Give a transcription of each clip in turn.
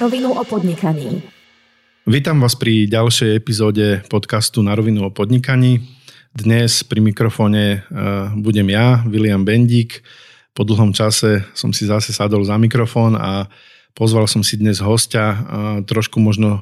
rovinu o podnikaní. Vítam vás pri ďalšej epizóde podcastu Na rovinu o podnikaní. Dnes pri mikrofóne budem ja, William Bendík. Po dlhom čase som si zase sadol za mikrofón a pozval som si dnes hostia trošku možno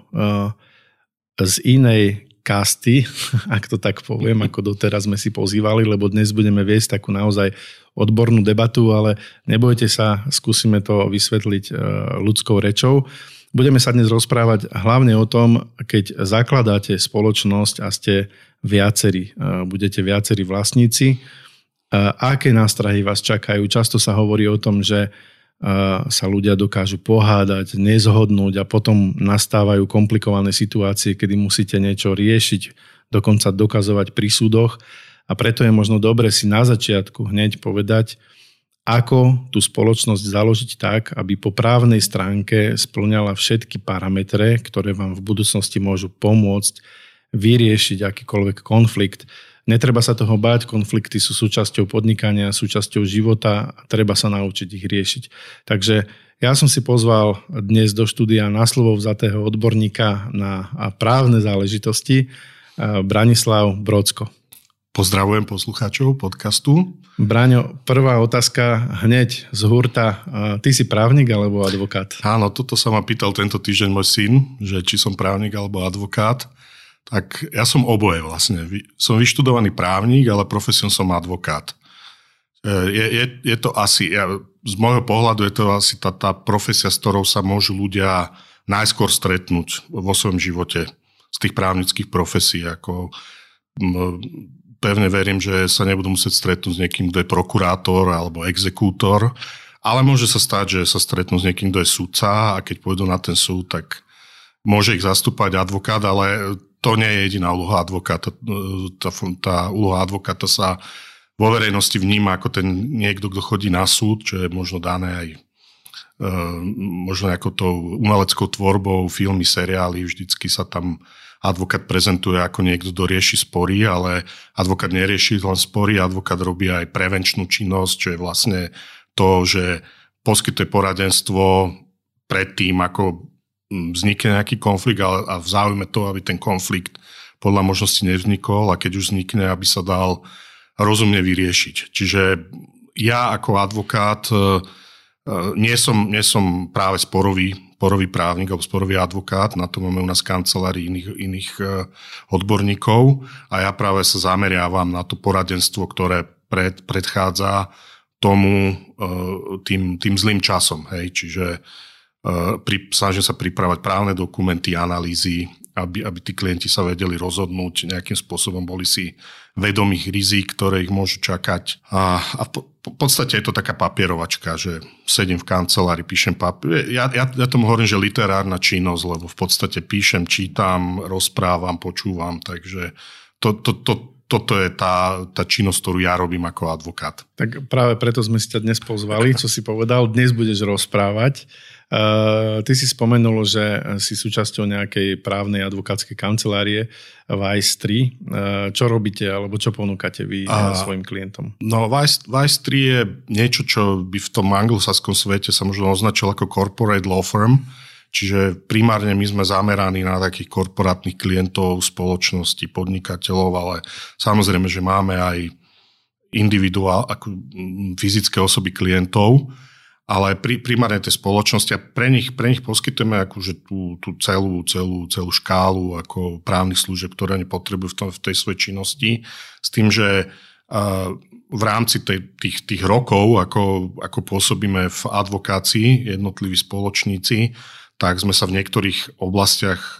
z inej kasty, ak to tak poviem, ako doteraz sme si pozývali, lebo dnes budeme viesť takú naozaj odbornú debatu, ale nebojte sa, skúsime to vysvetliť ľudskou rečou. Budeme sa dnes rozprávať hlavne o tom, keď zakladáte spoločnosť a ste viacerí, budete viacerí vlastníci, aké nástrahy vás čakajú. Často sa hovorí o tom, že sa ľudia dokážu pohádať, nezhodnúť a potom nastávajú komplikované situácie, kedy musíte niečo riešiť, dokonca dokazovať pri súdoch. A preto je možno dobre si na začiatku hneď povedať, ako tú spoločnosť založiť tak, aby po právnej stránke spĺňala všetky parametre, ktoré vám v budúcnosti môžu pomôcť vyriešiť akýkoľvek konflikt. Netreba sa toho báť, konflikty sú súčasťou podnikania, súčasťou života a treba sa naučiť ich riešiť. Takže ja som si pozval dnes do štúdia na slovo vzatého odborníka na právne záležitosti Branislav Brocko. Pozdravujem poslucháčov podcastu. Braňo, prvá otázka hneď z hurta. Ty si právnik alebo advokát? Áno, toto sa ma pýtal tento týždeň môj syn, že či som právnik alebo advokát. Tak ja som oboje vlastne. Som vyštudovaný právnik, ale profesiou som advokát. Je to asi, z môjho pohľadu je to asi tá profesia, s ktorou sa môžu ľudia najskôr stretnúť vo svojom živote z tých právnických profesí. Ako pevne verím, že sa nebudú musieť stretnúť s niekým, kto je prokurátor alebo exekútor, ale môže sa stať, že sa stretnú s niekým, kto je sudca a keď pôjdu na ten súd, tak môže ich zastúpať advokát, ale to nie je jediná úloha advokáta. Tá úloha advokáta sa vo verejnosti vníma ako ten niekto, kto chodí na súd, čo je možno dané aj možno ako tou umeleckou tvorbou, filmy, seriály, vždycky sa tam advokát prezentuje ako niekto, kto rieši spory, ale advokát nerieši len spory, advokát robí aj prevenčnú činnosť, čo je vlastne to, že poskytuje poradenstvo pred tým, ako vznikne nejaký konflikt a v záujme toho, aby ten konflikt podľa možnosti nevznikol a keď už vznikne, aby sa dal rozumne vyriešiť. Čiže ja ako advokát nie som práve sporový právnik alebo sporový advokát, na to máme u nás kancelárii iných odborníkov a ja práve sa zameriavam na to poradenstvo, ktoré predchádza tomu tým zlým časom. Hej? Čiže snažím sa pripravať právne dokumenty, analýzy, aby tí klienti sa vedeli rozhodnúť, nejakým spôsobom boli si vedomých rizík, ktoré ich môžu čakať. A v podstate je to taká papierovačka, že sedím v kancelárii, píšem papier. Ja tomu hovorím, že literárna činnosť, lebo v podstate píšem, čítam, rozprávam, počúvam, takže toto je tá činnosť, ktorú ja robím ako advokát. Tak práve preto sme si ťa dnes pozvali, čo si povedal, dnes budeš rozprávať. Ty si spomenul, že si súčasťou nejakej právnej advokátskej kancelárie Vice 3. Čo robíte alebo čo ponúkate vy svojim klientom? No Vice 3 je niečo, čo by v tom anglosaskom svete sa možno označilo ako corporate law firm. Čiže primárne my sme zameraní na takých korporátnych klientov, spoločnosti, podnikateľov, ale samozrejme, že máme aj ako fyzické osoby klientov, ale primárne tie spoločnosti a pre nich poskytujeme akože tú celú škálu ako právnych služieb, ktoré oni potrebujú v tej svojej činnosti, s tým, že v rámci tých rokov, ako pôsobíme v advokácii, jednotliví spoločníci, tak sme sa v niektorých oblastiach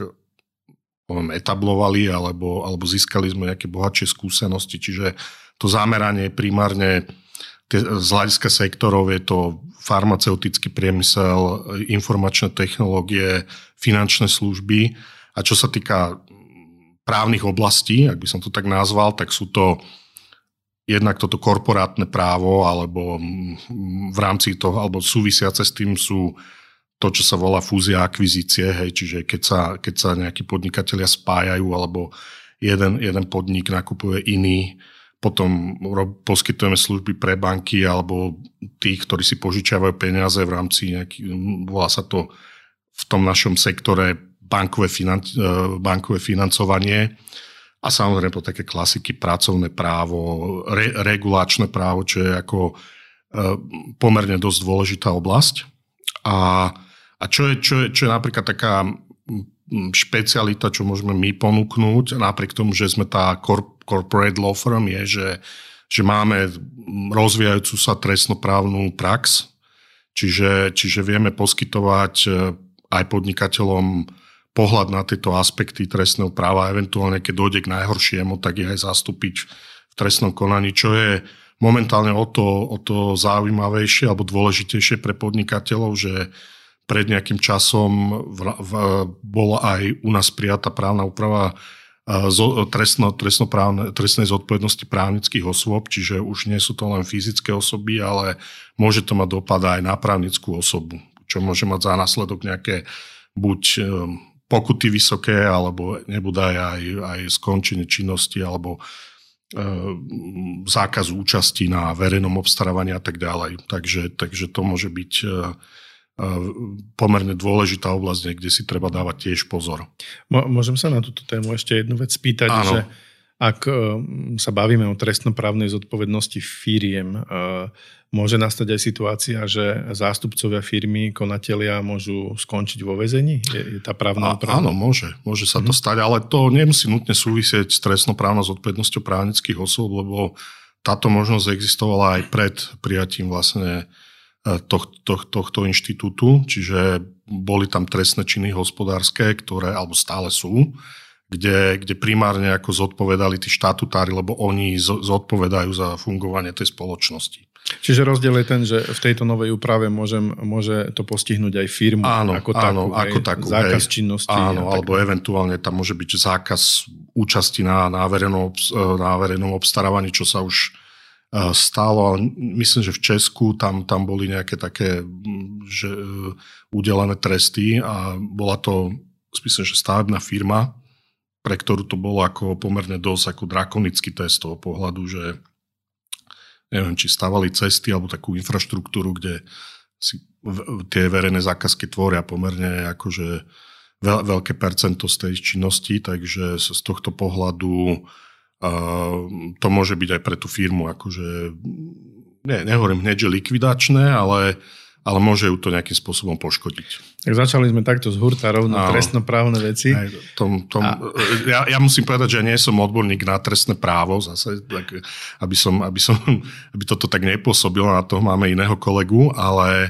etablovali alebo získali sme nejaké bohatšie skúsenosti. Čiže to zameranie je primárne z hľadiska sektorov je to farmaceutický priemysel, informačné technológie, finančné služby. A čo sa týka právnych oblastí, ak by som to tak nazval, tak sú to jednak toto korporátne právo alebo v rámci toho, alebo súvisiace s tým sú to, čo sa volá fúzia a akvizície, hej, čiže keď sa nejakí podnikatelia spájajú alebo jeden podnik nakupuje iný, potom poskytujeme služby pre banky alebo tých, ktorí si požičiavajú peniaze v rámci volá sa to v tom našom sektore bankové financovanie a samozrejme po také klasiky pracovné právo, regulačné právo, čo je ako pomerne dosť dôležitá oblasť. A čo je napríklad taká špecialita, čo môžeme my ponúknuť, napriek tomu, že sme tá corporate law firm, je, že máme rozvíjajúcu sa trestnoprávnu prax, čiže vieme poskytovať aj podnikateľom pohľad na tieto aspekty trestného práva, eventuálne keď dojde k najhoršiemu, tak ich aj zastúpiť v trestnom konaní, čo je momentálne o to zaujímavejšie alebo dôležitejšie pre podnikateľov, že pred nejakým časom bola aj u nás prijatá právna úprava trestnej zodpovednosti právnických osôb, čiže už nie sú to len fyzické osoby, ale môže to mať dopad aj na právnickú osobu, čo môže mať za následok nejaké buď pokuty vysoké, alebo nebudaj aj skončenie činnosti, alebo zákaz účasti na verejnom obstarávaní a tak ďalej. Takže to môže byť pomerne dôležitá oblasť, kde si treba dávať tiež pozor. Môžem sa na túto tému ešte jednu vec spýtať, že ak sa bavíme o trestnoprávnej zodpovednosti firiem, môže nastať aj situácia, že zástupcovia firmy, konatelia môžu skončiť vo väzení? Je tá právna úprava? Áno, môže sa to stať, ale to nemusí nutne súvisieť s trestnoprávnou zodpovednosťou právnických osôb, lebo táto možnosť existovala aj pred prijatím vlastne tohto inštitútu, čiže boli tam trestné činy hospodárske, ktoré, alebo stále sú, kde primárne ako zodpovedali tí štatutári, lebo oni zodpovedajú za fungovanie tej spoločnosti. Čiže rozdiel je ten, že v tejto novej úprave môže to postihnúť aj firmu ako takú. Zákaz činnosti. Áno, alebo eventuálne tam môže byť zákaz účasti na verejnom obstarávaní, čo sa už stalo, ale myslím, že v Česku tam boli nejaké také udelené tresty a bola to, myslím, že stavebná firma, pre ktorú to bolo ako pomerne dosť ako drakonický test toho pohľadu, že neviem, či stavali cesty alebo takú infraštruktúru, kde si tie verejné zákazky tvoria pomerne akože veľké percento z tej činnosti, takže z tohto pohľadu to môže byť aj pre tú firmu akože, nehovorím hneď, že likvidačné, ale môže ju to nejakým spôsobom poškodiť. Tak začali sme takto z hurta rovno trestnoprávne veci. Ja musím povedať, že ja nie som odborník na trestné právo, zase, tak, aby toto tak nepôsobilo, na to máme iného kolegu, ale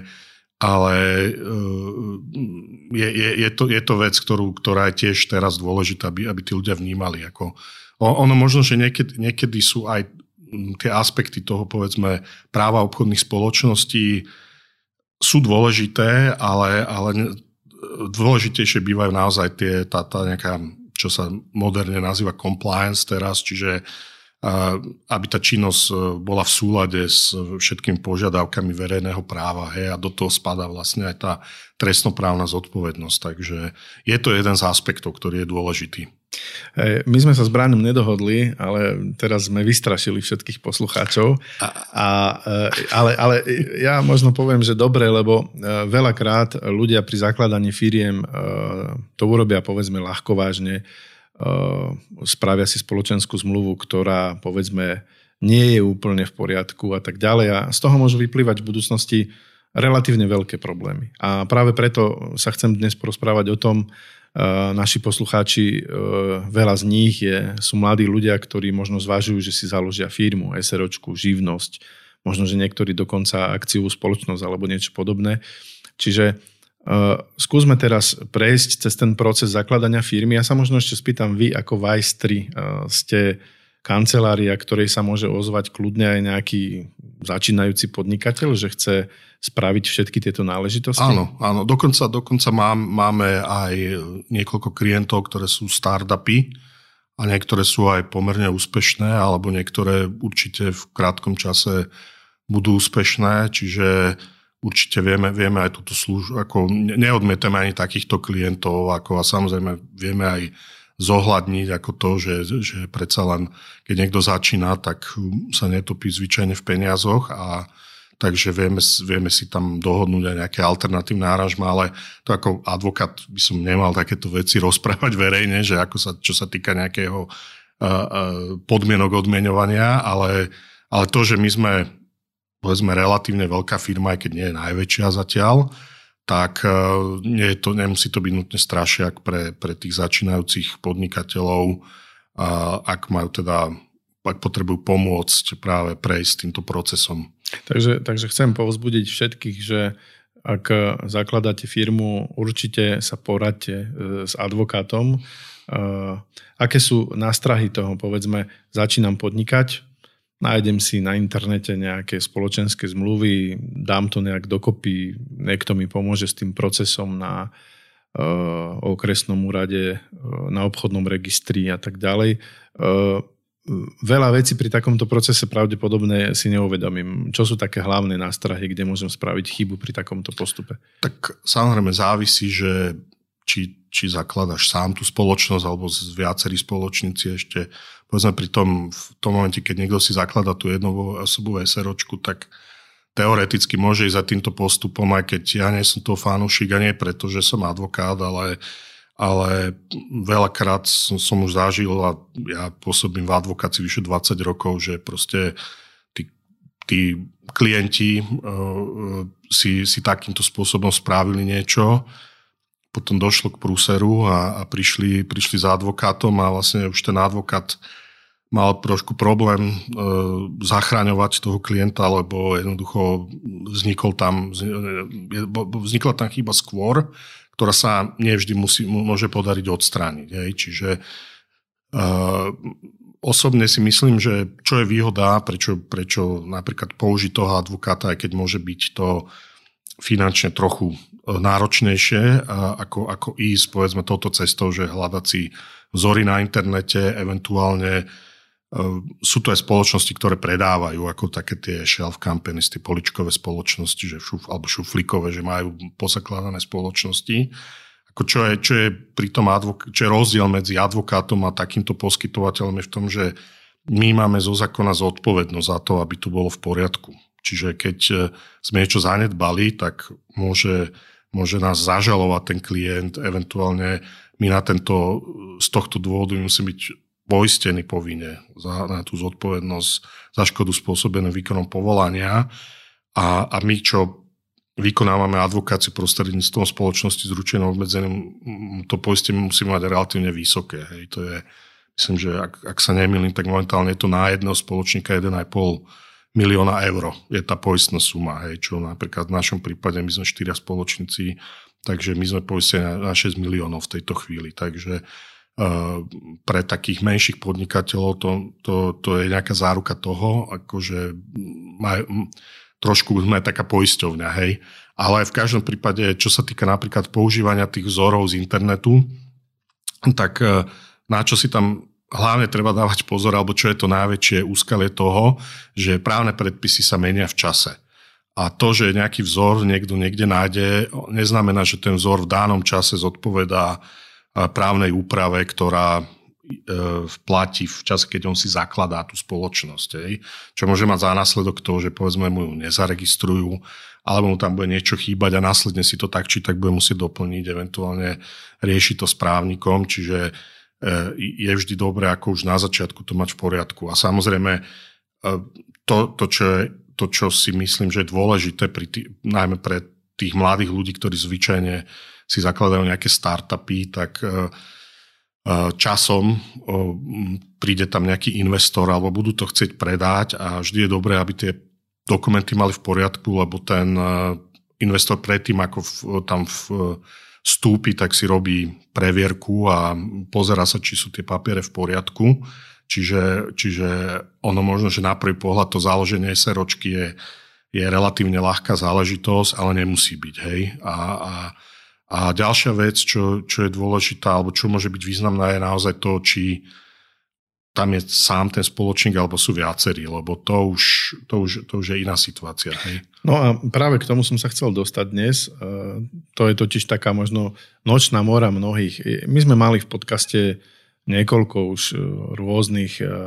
je to vec, ktorá je tiež teraz dôležitá, aby tí ľudia vnímali. Ono možno, že niekedy sú aj tie aspekty toho, povedzme, práva obchodných spoločností sú dôležité, ale dôležitejšie bývajú naozaj tá nejaká, čo sa moderne nazýva compliance teraz, čiže aby tá činnosť bola v súlade s všetkými požiadavkami verejného práva, a do toho spadá vlastne aj tá trestnoprávna zodpovednosť. Takže je to jeden z aspektov, ktorý je dôležitý. My sme sa s Braňom nedohodli, ale teraz sme vystrašili všetkých poslucháčov. Ale ja možno poviem, že dobre, lebo veľakrát ľudia pri zakladaní firiem to urobia, povedzme, ľahkovážne, spravia si spoločenskú zmluvu, ktorá, povedzme, nie je úplne v poriadku a tak ďalej. A z toho môžu vyplývať v budúcnosti relatívne veľké problémy. A práve preto sa chcem dnes porozprávať o tom, naši poslucháči, veľa z nich sú mladí ľudia, ktorí možno zvažujú, že si založia firmu, SROčku, živnosť, možno, že niektorí dokonca akciovú spoločnosť alebo niečo podobné. Čiže skúsme teraz prejsť cez ten proces zakladania firmy. Ja sa možno ešte spýtam, vy ako Vice 3 ste kancelária, ktorej sa môže ozvať kľudne aj nejaký začínajúci podnikateľ, že chce spraviť všetky tieto náležitosti? Áno. Dokonca máme aj niekoľko klientov, ktoré sú startupy a niektoré sú aj pomerne úspešné, alebo niektoré určite v krátkom čase budú úspešné, čiže určite vieme aj túto službu, ako neodmietame ani takýchto klientov, a samozrejme vieme aj zohľadniť ako to, že predsa len, keď niekto začína, tak sa netopí zvyčajne v peniazoch a takže vieme si tam dohodnúť aj nejaké alternatívne aranžmá, ale to ako advokát by som nemal takéto veci rozprávať verejne, že čo sa týka nejakého podmienok odmeňovania, ale to, že my sme povedzme relatívne veľká firma, aj keď nie je najväčšia zatiaľ, tak nemusí to byť nutne strašiak pre tých začínajúcich podnikateľov, ak potrebujú pomôcť práve prejsť týmto procesom. Takže chcem povzbudiť všetkých, že ak zakladáte firmu, určite sa poradte s advokátom. Aké sú nástrahy toho? Povedzme, začínam podnikať, nájdem si na internete nejaké spoločenské zmluvy, dám to nejak dokopy, niekto mi pomôže s tým procesom na okresnom úrade, na obchodnom registri a tak ďalej. Veľa vecí pri takomto procese pravdepodobne si neuvedomím. Čo sú také hlavné nástrahy, kde môžem spraviť chybu pri takomto postupe? Tak samozrejme závisí, že či zakladaš sám tú spoločnosť alebo z viacerí spoločníci ešte. Povedzme v tom momente, keď niekto si zakladá tú jednoosobovú SROčku, tak teoreticky môže ísť za týmto postupom, aj keď ja nie som toho fanúšik a nie preto, že som advokát, ale veľakrát som už zažil a ja pôsobím v advokácii vyše 20 rokov, že proste tí klienti si takýmto spôsobom spravili niečo, potom došlo k prúseru a prišli za advokátom a vlastne už ten advokát mal trošku problém zachraňovať toho klienta, lebo jednoducho vznikla tam chyba skôr, ktorá sa nevždy môže podariť odstrániť. Hej. Čiže osobne si myslím, že čo je výhoda, prečo napríklad použiť toho advokáta, aj keď môže byť to finančne trochu náročnejšie, ako ísť povedzme touto cestou, že hľadať si vzory na internete, eventuálne sú to aj spoločnosti, ktoré predávajú, ako také tie shelf companies, tie poličkové spoločnosti, alebo šuflíkové, že majú pozakladané spoločnosti. Čo je pri tom čo je rozdiel medzi advokátom a takýmto poskytovateľom je v tom, že my máme zo zákona zodpovednosť za to, aby to bolo v poriadku. Čiže keď sme niečo zanedbali, tak môže nás zažalovať ten klient, eventuálne my z tohto dôvodu musíme byť poistení povinne na tú zodpovednosť za škodu spôsobenú výkonom povolania a my, čo vykonávame advokáciu prostredníctvom spoločnosti s ručením obmedzeným, to poistenie musíme mať relatívne vysoké. Hej. To je, myslím, že ak sa nemýlim, tak momentálne je to na jedného spoločníka 1,5 milióna eur je tá poistná suma, hej, čo napríklad v našom prípade my sme 4 spoločníci, takže my sme poistení na 6 miliónov v tejto chvíli. Takže pre takých menších podnikateľov to je nejaká záruka toho, akože trošku sme taká poisťovňa, hej. Ale v každom prípade, čo sa týka napríklad používania tých vzorov z internetu, tak na čo si tam hlavne treba dávať pozor, alebo čo je to najväčšie úskalie toho, že právne predpisy sa menia v čase. A to, že nejaký vzor niekto niekde nájde, neznamená, že ten vzor v danom čase zodpovedá právnej úprave, ktorá platí v čase, keď on si zakladá tú spoločnosť. Čo môže mať za následok toho, že povedzme mu ju nezaregistrujú, alebo mu tam bude niečo chýbať a následne si to tak či tak bude musieť doplniť, eventuálne riešiť to s právnikom, čiže je vždy dobré, ako už na začiatku to mať v poriadku. A samozrejme, to, čo si myslím, že je dôležité, najmä pre tých mladých ľudí, ktorí zvyčajne si zakladajú nejaké startupy, tak časom príde tam nejaký investor alebo budú to chcieť predať a vždy je dobré, aby tie dokumenty mali v poriadku, lebo ten investor predtým, ako tam vstúpi, tak si robí previerku a pozerá sa, či sú tie papiere v poriadku. Čiže ono možno, že na prvý pohľad to založenie SROčky je relatívne ľahká záležitosť, ale nemusí byť. Hej? A ďalšia vec, čo je dôležitá, alebo čo môže byť významná, je naozaj to, či tam je sám ten spoločník, alebo sú viacerí, lebo to už je iná situácia. Hej? No a práve k tomu som sa chcel dostať dnes. To je totiž taká možno nočná mora mnohých. My sme mali v podcaste niekoľko už rôznych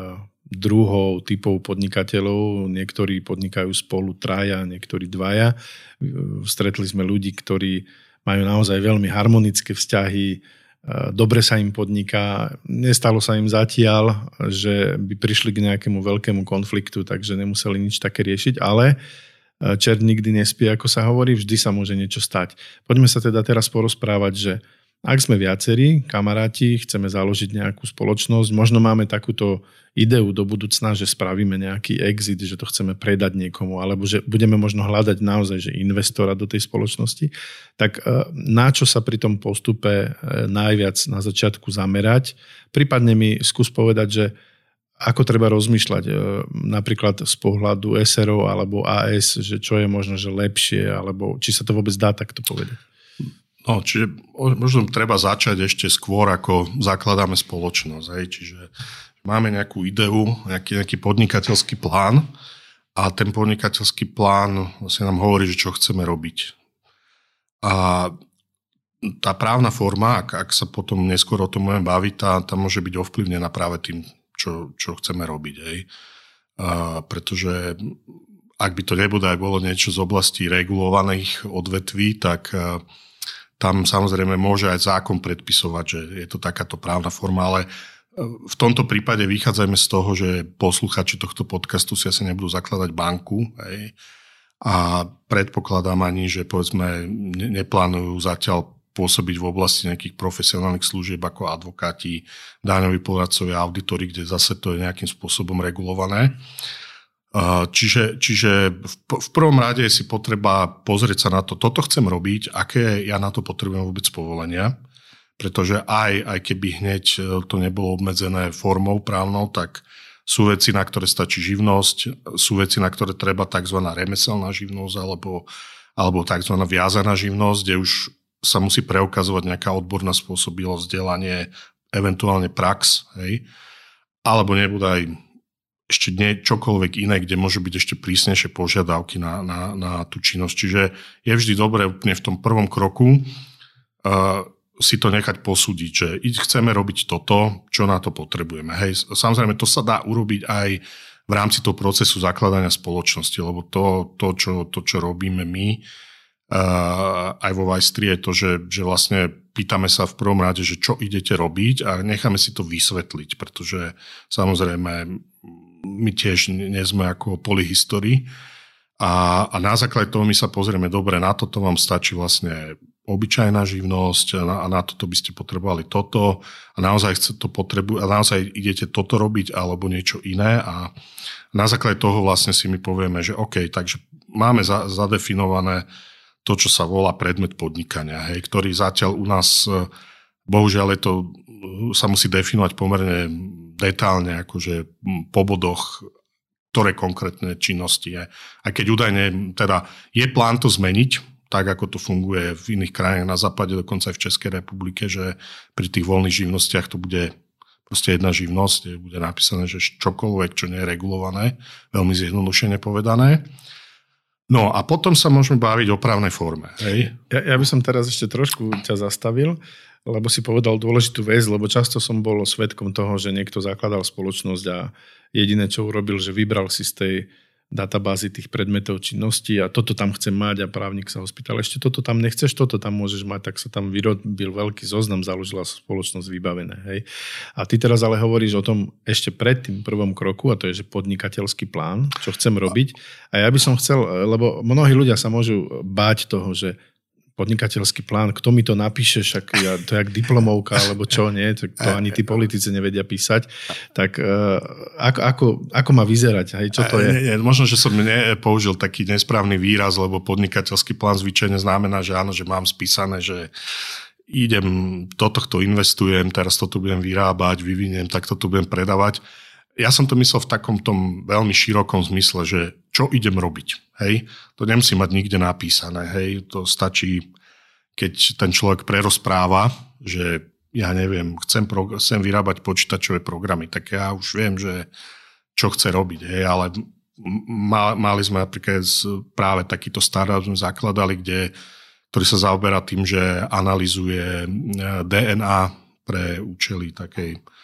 druhov, typov podnikateľov. Niektorí podnikajú spolu traja, niektorí dvaja. Stretli sme ľudí, ktorí majú naozaj veľmi harmonické vzťahy, dobre sa im podniká. Nestalo sa im zatiaľ, že by prišli k nejakému veľkému konfliktu, takže nemuseli nič také riešiť, ale čert nikdy nespí, ako sa hovorí, vždy sa môže niečo stať. Poďme sa teda teraz porozprávať, že ak sme viacerí kamaráti, chceme založiť nejakú spoločnosť, možno máme takúto ideu do budúcna, že spravíme nejaký exit, že to chceme predať niekomu, alebo že budeme možno hľadať naozaj že investora do tej spoločnosti, tak na čo sa pri tom postupe najviac na začiatku zamerať? Prípadne mi skús povedať, že ako treba rozmýšľať napríklad z pohľadu SRO alebo AS, že čo je možno že lepšie, alebo či sa to vôbec dá takto povedať? No, čiže možno treba začať ešte skôr, ako zakladáme spoločnosť. Hej. Čiže máme nejakú ideu, nejaký podnikateľský plán a ten podnikateľský plán vlastne nám hovorí, že čo chceme robiť. A tá právna forma, ak sa potom neskôr o tom budeme baviť, tá môže byť ovplyvnená práve tým, čo chceme robiť. Hej. Pretože ak by to nebude aj bolo niečo z oblasti regulovaných odvetví, tak tam samozrejme môže aj zákon predpisovať, že je to takáto právna forma, ale v tomto prípade vychádzajme z toho, že posluchači tohto podcastu si asi nebudú zakladať banku, hej, a predpokladám ani, že povedzme neplánujú zatiaľ pôsobiť v oblasti nejakých profesionálnych služieb ako advokáti, daňoví poradcovia, auditori, kde zase to je nejakým spôsobom regulované. Čiže v prvom rade je si potreba pozrieť sa na to, toto chcem robiť, aké ja na to potrebujem vôbec povolenia, pretože aj keby hneď to nebolo obmedzené formou právnou, tak sú veci, na ktoré stačí živnosť, sú veci, na ktoré treba tzv. Remeselná živnosť alebo tzv. Viazaná živnosť, kde už sa musí preukazovať nejaká odborná spôsobilosť, vzdelanie, eventuálne prax, hej, alebo nebude aj ešte čokoľvek iné, kde môžu byť ešte prísnejšie požiadavky na tú činnosť. Čiže je vždy dobré úplne v tom prvom kroku si to nechať posúdiť, že chceme robiť toto, čo na to potrebujeme. Hej, samozrejme, to sa dá urobiť aj v rámci toho procesu zakladania spoločnosti, lebo to čo robíme my aj vo Vice3 je to, že vlastne pýtame sa v prvom rade, že čo idete robiť a necháme si to vysvetliť, pretože samozrejme my tiež nie sme ako polyhistórii a na základe toho my sa pozrieme, dobre, na toto vám stačí vlastne obyčajná živnosť a na toto by ste potrebovali toto a naozaj naozaj idete toto robiť alebo niečo iné a na základe toho vlastne si my povieme, že OK, takže máme zadefinované to, čo sa volá predmet podnikania, hej, ktorý zatiaľ u nás, bohužiaľ sa musí definovať pomerne detálne, akože po bodoch, ktoré konkrétne činnosti je. A keď údajne teda je plán to zmeniť, tak ako to funguje v iných krajinách na západe, dokonca aj v Českej republike, že pri tých voľných živnostiach to bude proste jedna živnosť, kde bude napísané, že čokoľvek, čo nie je regulované, veľmi zjednodušene povedané. No a potom sa môžeme baviť o právnej forme. Hej? Ja by som teraz ešte trošku ťa zastavil, lebo si povedal dôležitú vec, lebo často som bol svedkom toho, že niekto zakladal spoločnosť a jediné, čo urobil, že vybral si z tej databázy tých predmetov činnosti a toto tam chcem mať a právnik sa ho spýtal, ešte toto tam nechceš, toto tam môžeš mať, tak sa tam vyrobil veľký zoznam, založila spoločnosť vybavené. Hej. A ty teraz ale hovoríš o tom ešte pred tým prvom kroku a to je, že podnikateľský plán, čo chcem robiť. A ja by som chcel, lebo mnohí ľudia sa môžu báť toho, že podnikateľský plán, kto mi to napíše, však to je jak diplomovka, alebo čo, nie? To ani tí politici nevedia písať. Tak ako má vyzerať? Hej, čo to je? Nie, možno, že som použil taký nesprávny výraz, lebo podnikateľský plán zvyčajne znamená, že áno, že mám spísané, že idem, do tohto investujem, teraz toto budem vyrábať, vyviniem, tak toto budem predávať. Ja som to myslel v takom tom veľmi širokom zmysle, že čo idem robiť. Hej? To nemusí mať nikde napísané. Hej? To stačí, keď ten človek prerozpráva, že ja neviem, chcem vyrábať počítačové programy, tak ja už viem, že čo chce robiť. Hej? Ale mali sme napríklad práve takýto startup sme zakladali, ktorý sa zaoberá tým, že analyzuje DNA pre účely takej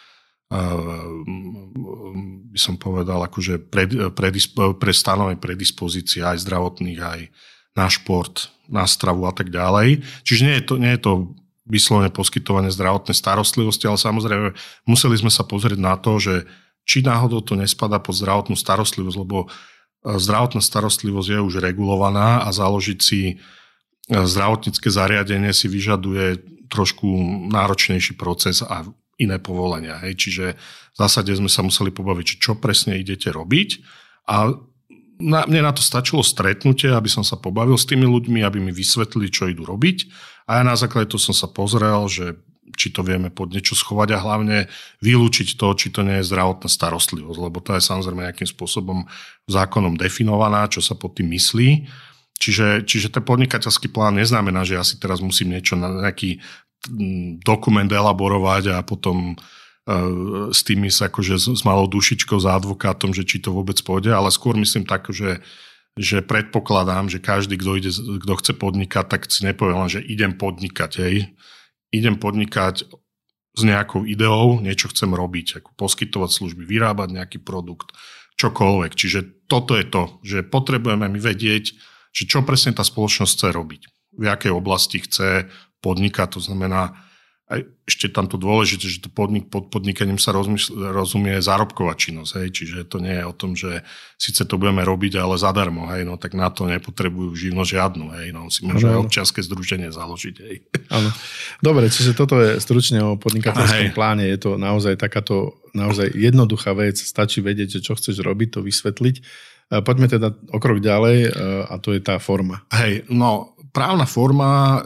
by som povedal, akože pre stanovenie predispozícií aj zdravotných, aj na šport, na stravu a tak ďalej. Čiže nie je to vyslovene poskytovanie zdravotnej starostlivosti, ale samozrejme museli sme sa pozrieť na to, že či náhodou to nespadá pod zdravotnú starostlivosť, lebo zdravotná starostlivosť je už regulovaná a založiť si zdravotnícke zariadenie si vyžaduje trošku náročnejší proces a iné povolenia. Hej. Čiže v zásade sme sa museli pobaviť, čo presne idete robiť. A mne na to stačilo stretnutie, aby som sa pobavil s tými ľuďmi, aby mi vysvetlili, čo idú robiť. A ja na základe toho som sa pozrel, že či to vieme pod niečo schovať a hlavne vylúčiť to, či to nie je zdravotná starostlivosť, lebo to je samozrejme nejakým spôsobom zákonom definovaná, čo sa pod tým myslí. Čiže ten podnikateľský plán neznamená, že ja si teraz musím niečo na nejaký dokument elaborovať a potom s tými sa akože s malou dušičkou za advokátom, že či to vôbec pôjde, ale skôr myslím tak, že predpokladám, že každý, kto chce podnikať, tak si nepovie len, že idem podnikať, hej. Idem podnikať s nejakou ideou, niečo chcem robiť, ako poskytovať služby, vyrábať nejaký produkt, čokoľvek. Čiže toto je to, že potrebujeme my vedieť, že čo presne tá spoločnosť chce robiť, v jakej oblasti chce podnikať, to znamená, aj ešte tam to dôležité, že to pod podnikaním sa rozumie zárobková činnosť, hej, čiže to nie je o tom, že síce to budeme robiť, ale zadarmo, hej, no tak na to nepotrebujú živnosť žiadnu, hej, no si môže aj občianske združenie založiť, hej. Áno. Dobre, čiže toto je stručne o podnikateľskom pláne, je to naozaj takáto naozaj jednoduchá vec, stačí vedieť, že čo chceš robiť, to vysvetliť. Poďme teda o krok ďalej a to je tá forma. Hej, no právna forma,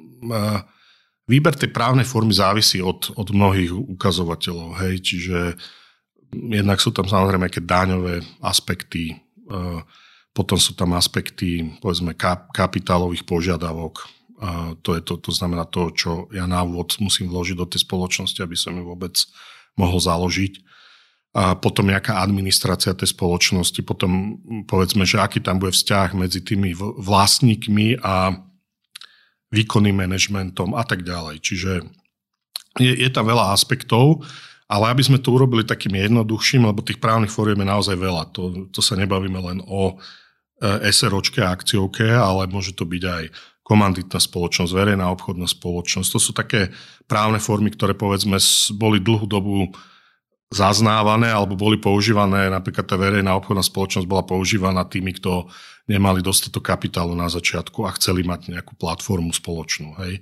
výber tej právnej formy závisí od mnohých ukazovateľov. Hej, čiže jednak sú tam samozrejme nejaké daňové aspekty, potom sú tam aspekty, povedzme, kapitálových požiadavok. To znamená to, čo ja na úvod musím vložiť do tej spoločnosti, aby som ju vôbec mohol založiť. A potom nejaká administrácia tej spoločnosti, potom povedzme, že aký tam bude vzťah medzi tými vlastníkmi a výkonným manažmentom a tak ďalej. Čiže je tam veľa aspektov, ale aby sme to urobili takým jednoduchším, lebo tých právnych fóriem je naozaj veľa. To sa nebavíme len o SROčke a akciovke, ale môže to byť aj komanditná spoločnosť, verejná obchodná spoločnosť. To sú také právne formy, ktoré povedzme boli dlhú dobu zaznávané alebo boli používané, napríklad tá verejná obchodná spoločnosť bola používaná tými, kto nemali dostatok kapitálu na začiatku a chceli mať nejakú platformu spoločnú. Hej.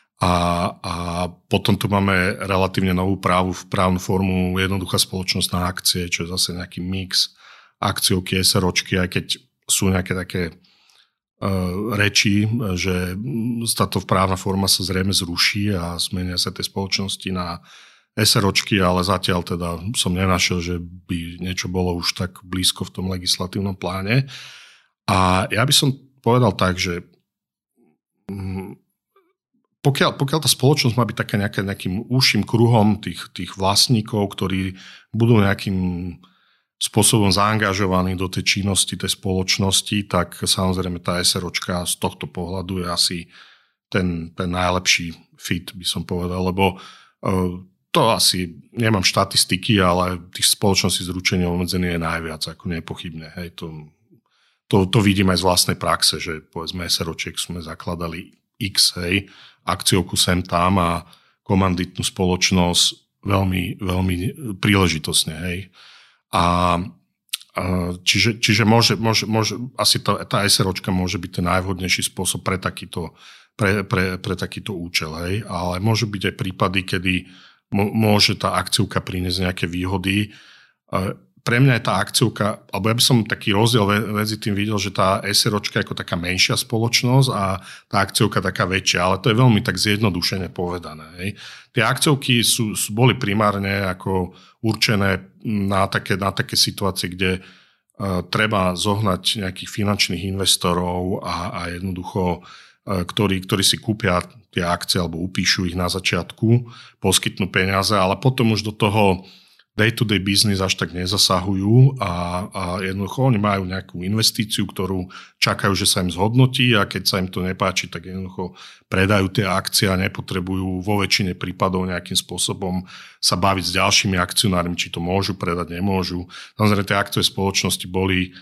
A potom tu máme relatívne novú právnu formu jednoduchá spoločnosť na akcie, čo je zase nejaký mix akciovky, SROčky, aj keď sú nejaké také reči, že táto právna forma sa zrejme zruší a zmenia sa tie spoločnosti na SROčky, ale zatiaľ teda som nenašiel, že by niečo bolo už tak blízko v tom legislatívnom pláne. A ja by som povedal tak, že pokiaľ tá spoločnosť má byť taká nejakým úžším kruhom tých vlastníkov, ktorí budú nejakým spôsobom zaangažovaní do tej činnosti tej spoločnosti, tak samozrejme tá SROčka z tohto pohľadu je asi ten najlepší fit, by som povedal, lebo to asi, nemám štatistiky, ale tých spoločností s ručením obmedzeným je najviac, ako nepochybne. Hej, to vidím aj z vlastnej praxe, že povedzme SROčiek sme zakladali X, hej, akciovku sem tam a komanditnú spoločnosť veľmi, veľmi príležitostne. Hej. Čiže môže asi tá SROčka môže byť ten najvhodnejší spôsob pre takýto účel. Hej. Ale môžu byť aj prípady, kedy môže tá akciovka priniesť nejaké výhody. Pre mňa je tá akciovka, alebo ja by som taký rozdiel medzi tým videl, že tá SROčka je ako taká menšia spoločnosť a tá akciovka taká väčšia, ale to je veľmi tak zjednodušene povedané. Hej. Tie akciovky boli primárne ako určené na také situácie, kde treba zohnať nejakých finančných investorov a jednoducho ktorí si kúpia tie akcie alebo upíšu ich na začiatku, poskytnú peniaze, ale potom už do toho day-to-day business až tak nezasahujú a jednoducho oni majú nejakú investíciu, ktorú čakajú, že sa im zhodnotí a keď sa im to nepáči, tak jednoducho predajú tie akcie a nepotrebujú vo väčšine prípadov nejakým spôsobom sa baviť s ďalšími akcionármi, či to môžu predať, nemôžu. Samozrejme, tie akciové spoločnosti boli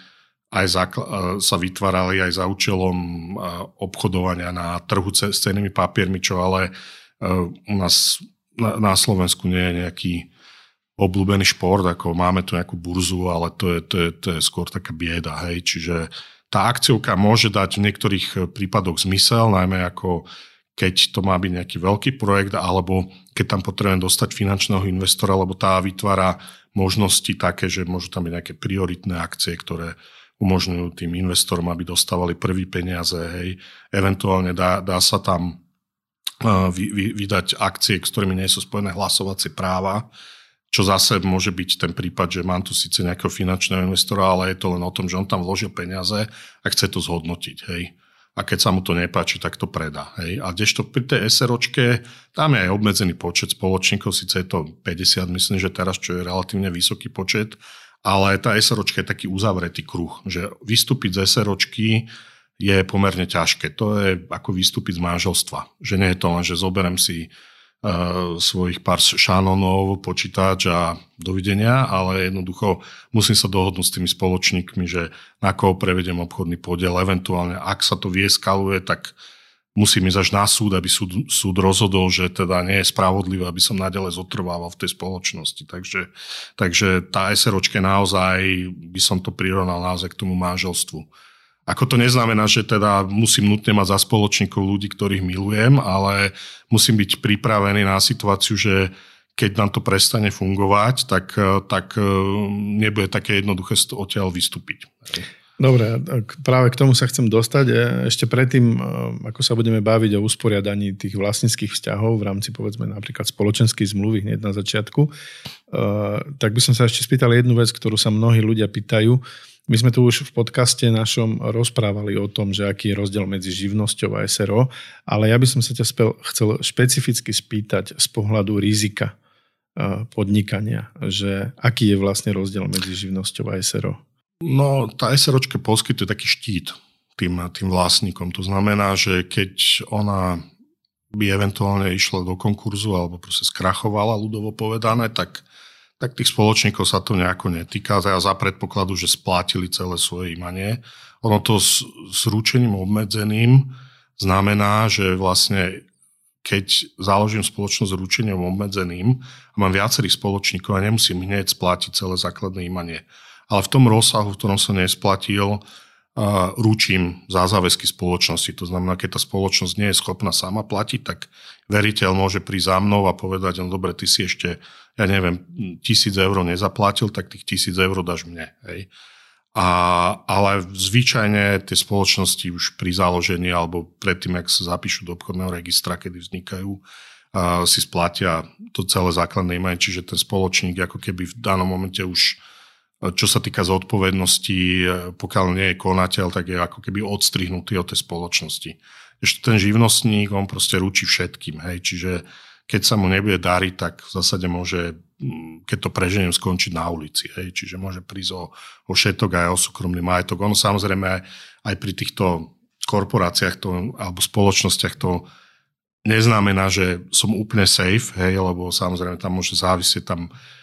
sa vytvárali aj za účelom obchodovania na trhu s cennými papiermi, čo ale u nás na Slovensku nie je nejaký obľúbený šport, ako máme tu nejakú burzu, ale to je skôr taká bieda. Hej. Čiže tá akciovka môže dať v niektorých prípadoch zmysel, najmä ako keď to má byť nejaký veľký projekt, alebo keď tam potrebujem dostať finančného investora, lebo tá vytvára možnosti také, že môžu tam byť nejaké prioritné akcie, ktoré umožňujú tým investorom, aby dostávali prvý peniaze. Hej. Eventuálne dá sa tam vydať akcie, s ktorými nie sú spojené hlasovacie práva, čo zase môže byť ten prípad, že mám tu síce nejakého finančného investora, ale je to len o tom, že on tam vložil peniaze a chce to zhodnotiť. Hej. A keď sa mu to nepáči, tak to predá. Hej. A kdežto pri tej SROčke, tam je aj obmedzený počet spoločníkov, síce je to 50, myslím, že teraz, čo je relatívne vysoký počet, ale tá SROčka je taký uzavretý kruh, že vystúpiť z SROčky je pomerne ťažké. To je ako vystúpiť z manželstva. Že nie je to len, že zoberiem si svojich pár šanonov, počítač a dovidenia, ale jednoducho musím sa dohodnúť s tými spoločníkmi, že na koho prevedem obchodný podiel, eventuálne ak sa to vieskaluje, tak musím ísť až na súd, aby súd rozhodol, že teda nie je spravodlivé, aby som naďalej zotrvával v tej spoločnosti. Takže tá SROčka naozaj, by som to prirovnal naozaj k tomu manželstvu. Ako to neznamená, že teda musím nutne mať za spoločníkov ľudí, ktorých milujem, ale musím byť pripravený na situáciu, že keď nám to prestane fungovať, tak nebude také jednoduché odtiaľ vystúpiť. Dobre, práve k tomu sa chcem dostať. Ešte predtým, ako sa budeme baviť o usporiadaní tých vlastníckych vzťahov v rámci, povedzme, napríklad spoločenskej zmluvy hneď na začiatku, tak by som sa ešte spýtal jednu vec, ktorú sa mnohí ľudia pýtajú. My sme tu už v podcaste našom rozprávali o tom, že aký je rozdiel medzi živnosťou a SRO, ale ja by som sa ťa chcel špecificky spýtať z pohľadu rizika podnikania, že aký je vlastne rozdiel medzi živnosťou a SRO? No, tá SROčka poskytuje taký štít tým vlastníkom. To znamená, že keď ona by eventuálne išla do konkurzu alebo proste skrachovala, ľudovo povedané, tak tých spoločníkov sa to nejako netýka. Za predpokladu, že splátili celé svoje imanie. Ono to s ručením obmedzeným znamená, že vlastne keď založím spoločnosť s ručením obmedzeným a mám viacerých spoločníkov a nemusím hneď splatiť celé základné imanie. Ale v tom rozsahu, v ktorom som nesplatil, ručím za záväzky spoločnosti. To znamená, keď tá spoločnosť nie je schopná sama platiť, tak veriteľ môže prísť za mnou a povedať, no dobre, ty si ešte, ja neviem, 1,000 eur nezaplatil, tak tých 1,000 eur dáš mne. Hej. Ale zvyčajne tie spoločnosti už pri založení alebo predtým, ak sa zapíšu do obchodného registra, kedy vznikajú, si splatia to celé základné imanie, čiže ten spoločník ako keby v danom momente už, čo sa týka zodpovednosti, pokiaľ nie je konateľ, tak je ako keby odstrihnutý od tej spoločnosti. Ešte ten živnostník, on proste ručí všetkým. Hej. Čiže keď sa mu nebude dariť, tak v zásade môže, keď to preženiem, skončiť na ulici. Hej. Čiže môže prísť o všetok aj o súkromný majetok. Ono samozrejme aj pri týchto korporáciách alebo spoločnostiach to neznamená, že som úplne safe, hej, lebo samozrejme tam môže závisieť tam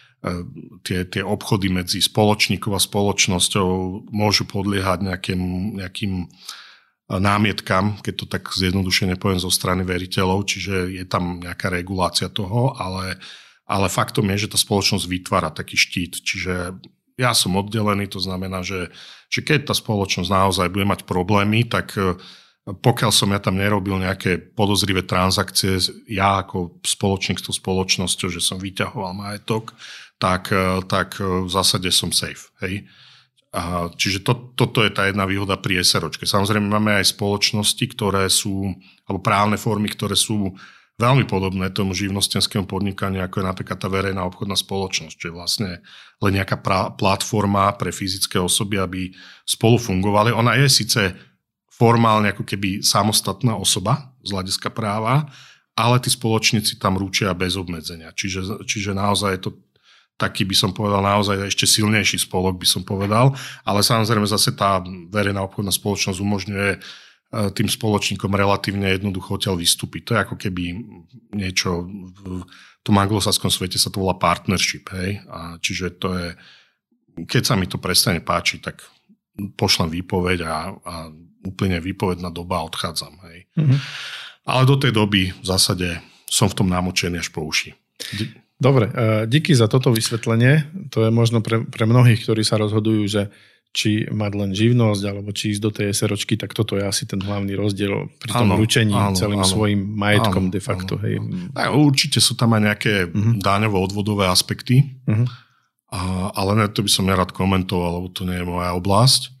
tie obchody medzi spoločníkov a spoločnosťou môžu podliehať nejakým námietkam, keď to tak zjednodušene poviem zo strany veriteľov, čiže je tam nejaká regulácia toho, ale faktom je, že tá spoločnosť vytvára taký štít, čiže ja som oddelený, to znamená, že keď tá spoločnosť naozaj bude mať problémy, tak pokiaľ som ja tam nerobil nejaké podozrivé transakcie, ja ako spoločník s tou spoločnosťou, že som vyťahoval majetok, tak v zásade som safe. Hej? Čiže toto je tá jedna výhoda pri SROčke. Samozrejme máme aj spoločnosti, ktoré sú, alebo právne formy, ktoré sú veľmi podobné tomu živnostenskému podnikaniu, ako je napríklad tá verejná obchodná spoločnosť, čo je vlastne len nejaká platforma pre fyzické osoby, aby spolu fungovali. Ona je síce formálne ako keby samostatná osoba z hľadiska práva, ale tí spoločníci tam ručia bez obmedzenia. Čiže naozaj je to taký by som povedal naozaj ešte silnejší spolok by som povedal, ale samozrejme zase tá verejná obchodná spoločnosť umožňuje tým spoločníkom relatívne jednoducho odtiaľ vystúpiť. To je ako keby niečo, v tom anglosaskom svete sa to volá partnership, hej? A čiže to je, keď sa mi to prestane páčiť, tak pošlem výpoveď a úplne výpovedná doba a odchádzam, hej. Mm-hmm. Ale do tej doby v zásade som v tom namočený až po uši. Dobre, díky za toto vysvetlenie. To je možno pre mnohých, ktorí sa rozhodujú, že či mať len živnosť, alebo či ísť do tej SROčky, tak toto je asi ten hlavný rozdiel pri tom ručení celým svojim majetkom de facto. Hej. Určite sú tam aj nejaké daňovo-odvodové aspekty, ale to by som nerad komentoval, lebo to nie je moja oblasť.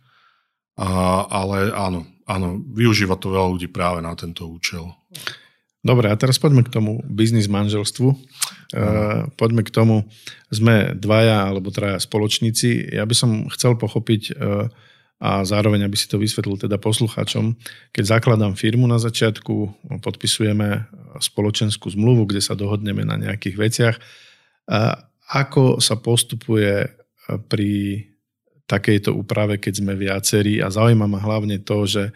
Ale áno, využíva to veľa ľudí práve na tento účel. Dobre, a teraz poďme k tomu biznis manželstvu. Poďme k tomu, sme dvaja alebo traja spoločníci. Ja by som chcel pochopiť a zároveň, aby si to vysvetlil teda poslucháčom, keď zakladám firmu na začiatku, podpisujeme spoločenskú zmluvu, kde sa dohodneme na nejakých veciach. Ako sa postupuje pri takejto úprave, keď sme viacerí, a zaujíma ma hlavne to, že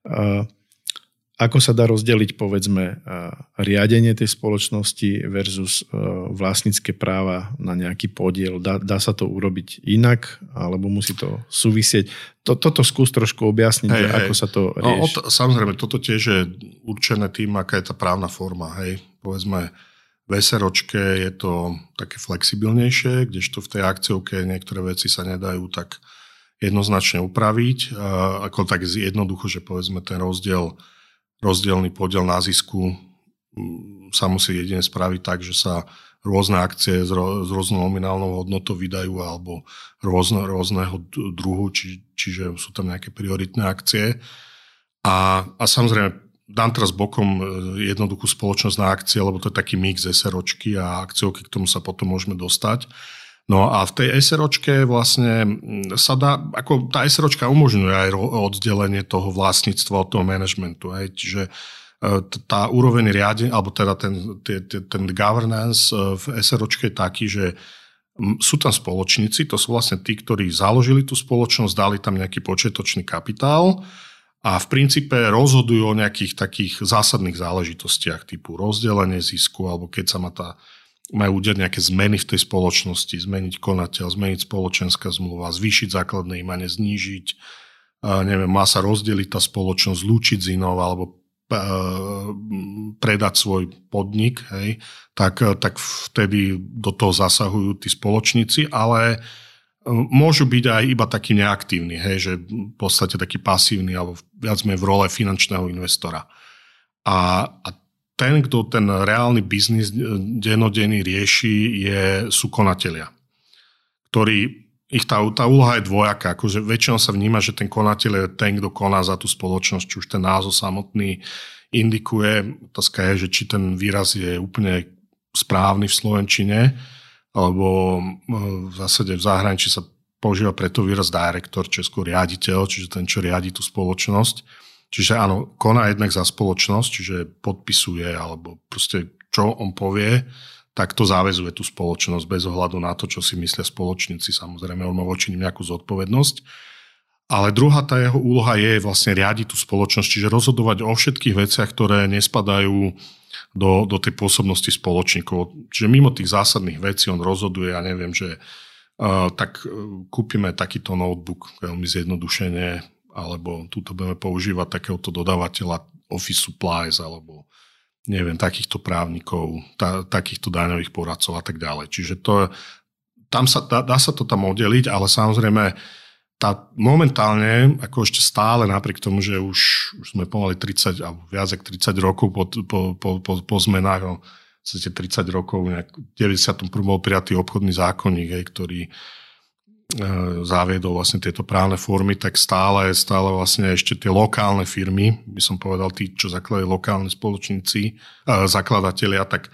ako sa dá rozdeliť, povedzme, riadenie tej spoločnosti versus vlastnícke práva na nejaký podiel. Dá sa to urobiť inak, alebo musí to súvisieť? Toto skús trošku objasniť, ako sa to rieši. Samozrejme, toto tiež je určené tým, aká je tá právna forma. Hej. Povedzme, v SROčke je to také flexibilnejšie, kdežto v tej akciovke niektoré veci sa nedajú tak jednoznačne upraviť. Ako tak jednoducho, že povedzme ten rozdielny podiel na zisku sa musí jedine spraviť tak, že sa rôzne akcie s rôznou nominálnou hodnotou vydajú alebo rôzneho druhu, čiže sú tam nejaké prioritné akcie. A samozrejme, dám teraz bokom jednoduchú spoločnosť na akcie, lebo to je taký mix SROčky a akciovky, k tomu sa potom môžeme dostať. No a v tej SROčke vlastne sa dá, ako tá SROčka umožňuje aj oddelenie toho vlastníctva od toho managementu. Čiže tá úroveň riadenia, alebo teda ten governance v SROčke je taký, že sú tam spoločníci, to sú vlastne tí, ktorí založili tú spoločnosť, dali tam nejaký počiatočný kapitál a v princípe rozhodujú o nejakých takých zásadných záležitostiach typu rozdelenie zisku, alebo keď sa majú udiať nejaké zmeny v tej spoločnosti, zmeniť konateľ, zmeniť spoločenská zmluva, zvýšiť základné imanie, znížiť, má sa rozdeliť tá spoločnosť, zlúčiť z inou alebo predať svoj podnik, hej, tak vtedy do toho zasahujú tí spoločníci, ale môžu byť aj iba takí neaktívni, hej, že v podstate taký pasívny alebo viac menej v role finančného investora. A ten, kto ten reálny biznis dennodenný rieši, sú konatelia, ktorí, tá úloha je dvojaká. Akože väčšinou sa vníma, že ten konateľ je ten, kto koná za tú spoločnosť, či už ten názov samotný indikuje. Otázka je, že či ten výraz je úplne správny v slovenčine, alebo v zásade v zahraničí sa používa preto výraz director, čo je skôr riaditeľ, čiže ten, čo riadi tú spoločnosť. Čiže áno, koná jednak za spoločnosť, čiže podpisuje, alebo proste čo on povie, tak to záväzuje tú spoločnosť bez ohľadu na to, čo si myslia spoločníci. Samozrejme, on má voči nim nejakú zodpovednosť. Ale druhá tá jeho úloha je vlastne riadiť tú spoločnosť, čiže rozhodovať o všetkých veciach, ktoré nespadajú do tej pôsobnosti spoločníkov. Čiže mimo tých zásadných vecí on rozhoduje, ja neviem, že tak kúpime takýto notebook, veľmi zjednodušene, alebo túto budeme používať takéhoto dodávateľa Office Supplies, alebo neviem, takýchto právnikov, takýchto daňových poradcov a tak ďalej. Čiže dá sa to tam oddeliť, ale samozrejme momentálne, ako ešte stále, napriek tomu, že už sme pomaly 30 alebo viac ako 30 rokov po zmenách, v podstate 30 rokov, v 91. bol prijatý obchodný zákonník, ktorý zaviedol vlastne tieto právne formy, tak stále vlastne ešte tie lokálne firmy, by som povedal tí, čo zakladajú lokálne spoločníci, zakladatelia, tak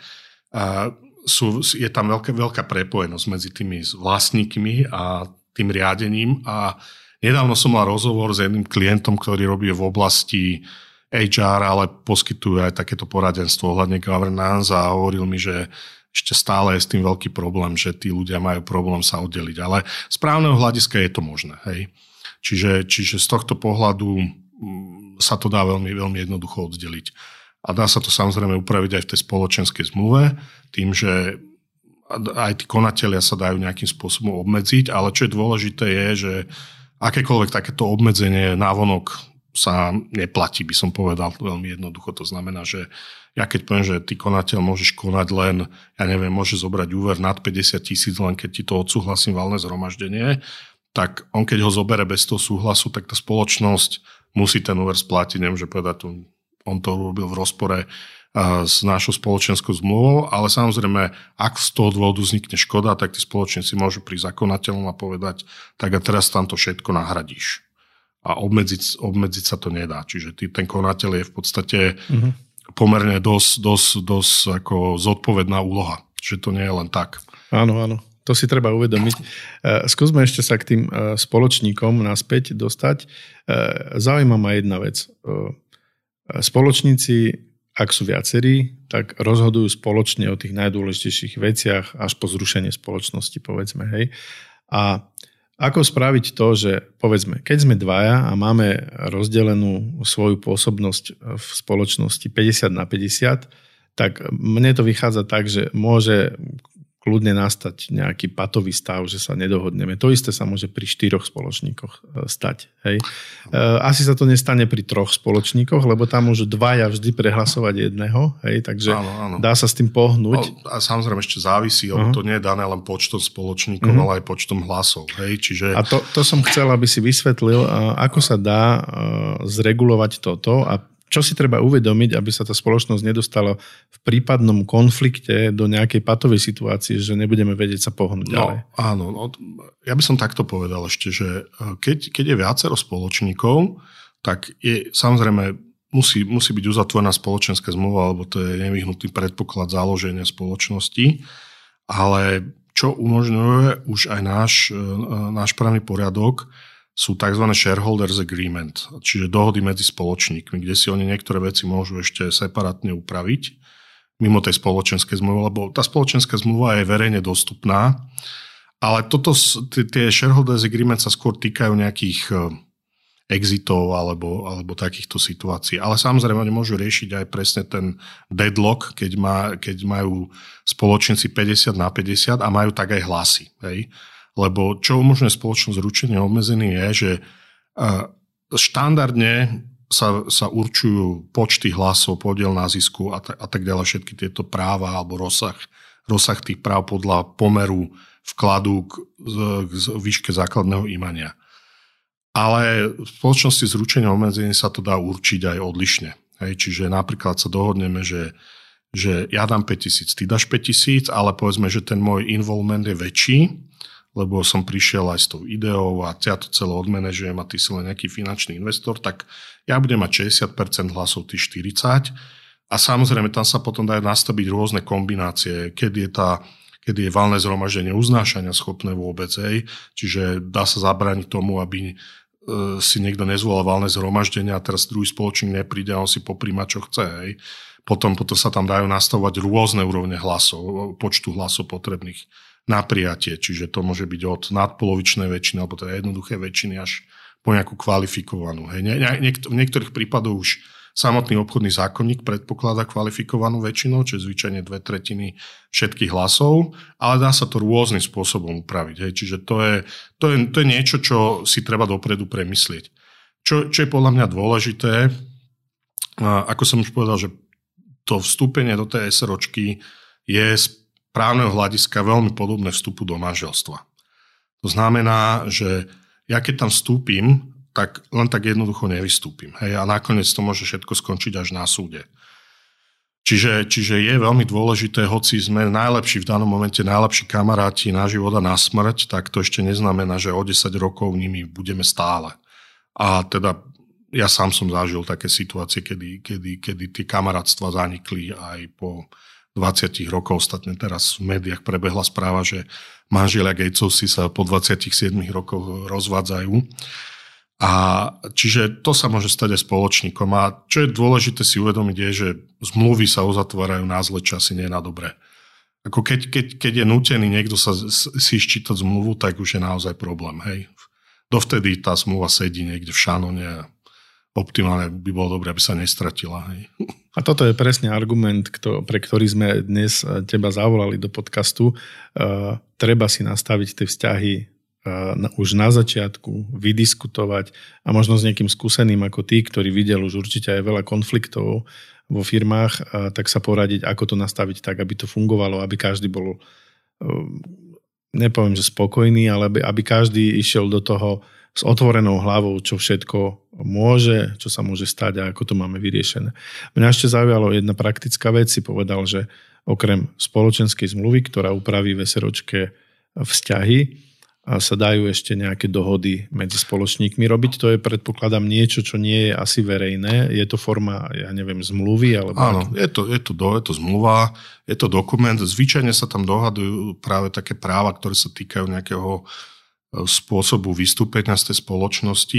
je tam veľká prepojenosť medzi tými vlastníkmi a tým riadením. A nedávno som mal rozhovor s jedným klientom, ktorý robí v oblasti HR, ale poskytuje aj takéto poradenstvo ohľadne governance a hovoril mi, že ešte stále je s tým veľký problém, že tí ľudia majú problém sa oddeliť. Ale z právneho hľadiska je to možné. Hej. Čiže z tohto pohľadu sa to dá veľmi, veľmi jednoducho oddeliť. A dá sa to samozrejme upraviť aj v tej spoločenskej zmluve, tým, že aj tí konatelia sa dajú nejakým spôsobom obmedziť, ale čo je dôležité je, že akékoľvek takéto obmedzenie návonok sa neplatí, by som povedal veľmi jednoducho. To znamená, že ja keď poviem, že ty konateľ môžeš konať len, ja neviem, môžeš zobrať úver nad 50 000, len keď ti to odsúhlasím valné zhromaždenie, tak on keď ho zobere bez toho súhlasu, tak tá spoločnosť musí ten úver splatiť. Nemôže povedať, on to urobil v rozpore s našou spoločenskou zmluvou, ale samozrejme, ak z toho dôvodu vznikne škoda, tak tí spoločníci môžu prísť za konateľom a povedať, tak a teraz tam to všetko nahradíš. A obmedziť sa to nedá. Čiže ten konateľ je v podstate pomerne dosť ako zodpovedná úloha. Čiže to nie je len tak. Áno. To si treba uvedomiť. Skúsme ešte sa k tým spoločníkom naspäť dostať. Zaujíma ma jedna vec. Spoločníci, ak sú viacerí, tak rozhodujú spoločne o tých najdôležitejších veciach až po zrušenie spoločnosti, povedzme. Hej. A ako spraviť to, že povedzme, keď sme dvaja a máme rozdelenú svoju pôsobnosť v spoločnosti 50/50, tak mne to vychádza tak, že môže kľudne nastať nejaký patový stav, že sa nedohodneme. To isté sa môže pri 4 spoločníkoch stať. Hej. Asi sa to nestane pri 3 spoločníkoch, lebo tam môžu dvaja vždy prehlasovať jedného. Hej, takže áno. Dá sa s tým pohnúť. No, a samozrejme ešte závisí, lebo to nie je dané len počtom spoločníkov, ale aj počtom hlasov. Hej, čiže... A to som chcel, aby si vysvetlil, ako sa dá zregulovať toto a čo si treba uvedomiť, aby sa tá spoločnosť nedostala v prípadnom konflikte do nejakej patovej situácie, že nebudeme vedieť sa pohnúť ďalej. Áno, ja by som takto povedal ešte, že keď je viacero spoločníkov, tak je samozrejme musí byť uzatvorená spoločenská zmluva, alebo to je nevyhnutný predpoklad založenia spoločnosti, ale čo umožňuje už aj náš právny poriadok, sú tzv. Shareholders agreement, čiže dohody medzi spoločníkmi, kde si oni niektoré veci môžu ešte separátne upraviť mimo tej spoločenskej zmluvy, lebo tá spoločenská zmluva je verejne dostupná, ale tie shareholders agreement sa skôr týkajú nejakých exitov alebo takýchto situácií. Ale samozrejme, oni môžu riešiť aj presne ten deadlock, keď majú spoločníci 50/50 a majú tak aj hlasy, hej. Lebo čo umožňuje spoločnosť zručenia obmedzený je, že štandardne sa určujú počty hlasov, podiel na zisku a tak ďalej, všetky tieto práva alebo rozsah tých práv podľa pomeru vkladu k výške základného imania. Ale v spoločnosti zručenia obmedzení sa to dá určiť aj odlišne. Hej, čiže napríklad sa dohodneme, že ja dám 5 000, ty dáš 5 000, ale povedzme, že ten môj involvement je väčší, lebo som prišiel aj s tou ideou a ja to celé odmanažujem a ty si len nejaký finančný investor, tak ja budem mať 60% hlasov, ty 40%. A samozrejme, tam sa potom dajú nastaviť rôzne kombinácie, kedy je valné zhromaždenie uznášania schopné vôbec. Hej. Čiže dá sa zabrániť tomu, aby si niekto nezvolal valné zhromaždenie a teraz druhý spoločník nepríde a on si popríma, čo chce. Hej. Potom sa tam dajú nastavovať rôzne úrovne hlasov, počtu hlasov potrebných na prijatie, čiže to môže byť od nadpolovičnej väčšiny alebo teda jednoduché väčšiny až po nejakú kvalifikovanú. Hej. V niektorých prípadoch už samotný obchodný zákonník predpokladá kvalifikovanú väčšinou, čo je zvyčajne 2/3 všetkých hlasov, ale dá sa to rôznym spôsobom upraviť. Hej. Čiže to je niečo, čo si treba dopredu premyslieť. Čo je podľa mňa dôležité, ako som už povedal, že to vstúpenie do tej SROčky je právneho hľadiska veľmi podobné vstupu do manželstva. To znamená, že ja keď tam vstúpim, tak len tak jednoducho nevystúpim. Hej, a nakoniec to môže všetko skončiť až na súde. Čiže je veľmi dôležité, hoci sme najlepší v danom momente, najlepší kamaráti na život a na smrť, tak to ešte neznamená, že o 10 rokov nimi budeme stále. A teda ja sám som zažil také situácie, kedy tie kamarátstva zanikli aj po 20 rokov. Ostatne teraz v médiách prebehla správa, že manželia Gatesovci sa po 27 rokoch rozvádzajú. A čiže to sa môže stať aj spoločníkom. A čo je dôležité si uvedomiť je, že zmluvy sa uzatvárajú na zlé časy, nie na dobré. Ako keď je nútený niekto si ščítať zmluvu, tak už je naozaj problém. Hej. Dovtedy tá zmluva sedí niekde v šanone a optimálne by bolo dobré, aby sa nestratila. Hej. A toto je presne argument, pre ktorý sme dnes teba zavolali do podcastu. Treba si nastaviť tie vzťahy už na začiatku, vydiskutovať a možno s niekým skúseným ako ty, ktorý videl už určite aj veľa konfliktov vo firmách, tak sa poradiť, ako to nastaviť tak, aby to fungovalo, aby každý bol, nepoviem, že spokojný, ale aby každý išiel do toho s otvorenou hlavou, čo všetko môže, čo sa môže stať a ako to máme vyriešené. Mňa ešte zaujalo jedna praktická vec, si povedal, že okrem spoločenskej zmluvy, ktorá upraví v SROčke vzťahy, a sa dajú ešte nejaké dohody medzi spoločníkmi robiť. To je, predpokladám, niečo, čo nie je asi verejné. Je to forma, ja neviem, zmluvy? Alebo áno, je to zmluva, je to dokument. Zvyčajne sa tam dohadujú práve také práva, ktoré sa týkajú nejakého spôsobu vystúpenia z tej spoločnosti.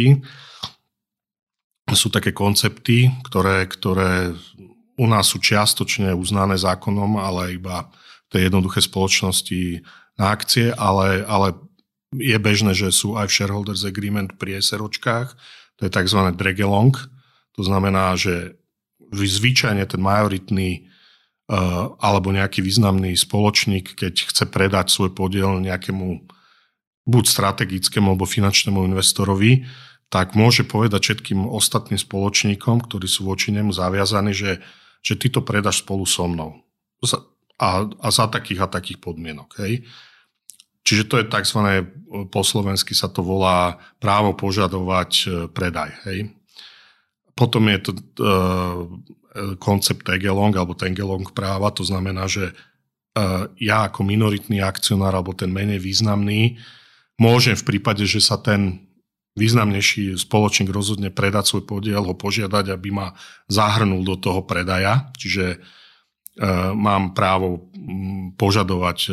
Sú také koncepty, ktoré u nás sú čiastočne uznané zákonom, ale iba v tej jednoduché spoločnosti na akcie, ale je bežné, že sú aj v shareholders agreement pri SROčkách. To je tzv. drag along. To znamená, že zvyčajne ten majoritný alebo nejaký významný spoločník, keď chce predať svoj podiel nejakému buď strategickému alebo finančnému investorovi, tak môže povedať všetkým ostatným spoločníkom, ktorí sú voči nemu zaviazaní, že ty to predáš spolu so mnou. A za takých a takých podmienok. Hej. Čiže to je tzv. Po slovensky sa to volá právo požadovať predaj. Hej. Potom je to koncept tag-along alebo tag-along práva, to znamená, že ja ako minoritný akcionár alebo ten menej významný môžem v prípade, že sa ten významnejší spoločník rozhodne predať svoj podiel, ho požiadať, aby ma zahrnul do toho predaja, čiže mám právo požadovať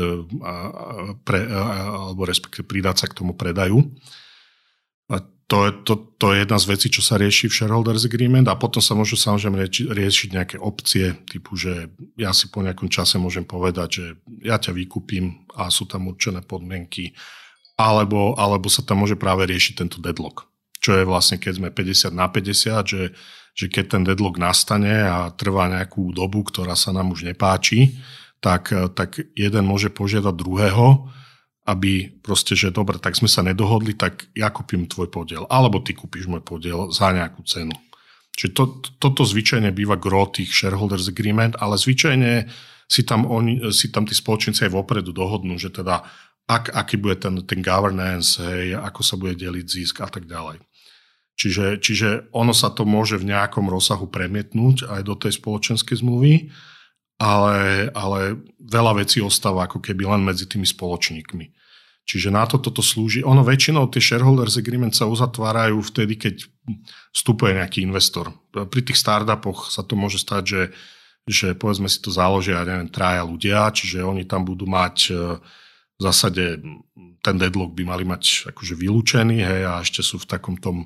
alebo respektíve pridať sa k tomu predaju. A to je jedna z vecí, čo sa rieši v shareholders agreement a potom sa môžu samozrejme riešiť nejaké opcie, typu, že ja si po nejakom čase môžem povedať, že ja ťa vykúpim a sú tam určené podmienky, alebo sa tam môže práve riešiť tento deadlock, čo je vlastne, keď sme 50/50, že keď ten deadlock nastane a trvá nejakú dobu, ktorá sa nám už nepáči, tak jeden môže požiadať druhého, aby proste, že dobre, tak sme sa nedohodli, tak ja kúpim tvoj podiel, alebo ty kúpiš môj podiel za nejakú cenu. Čiže toto zvyčajne býva gro tých shareholders agreement, ale zvyčajne si tam tí spoločníci aj vopredu dohodnú, že teda aký bude ten governance, hej, ako sa bude deliť zisk a tak ďalej. Čiže ono sa to môže v nejakom rozsahu premietnúť aj do tej spoločenskej zmluvy, ale veľa vecí ostáva ako keby len medzi tými spoločníkmi. Čiže na toto slúži. Ono väčšinou tie shareholders agreement sa uzatvárajú vtedy, keď vstupuje nejaký investor. Pri tých startupoch sa to môže stať, že povedzme si to založia, neviem, 3 ľudia, čiže oni tam budú mať v zásade ten deadlock by mali mať akože vylúčený, hej, a ešte sú v takom tom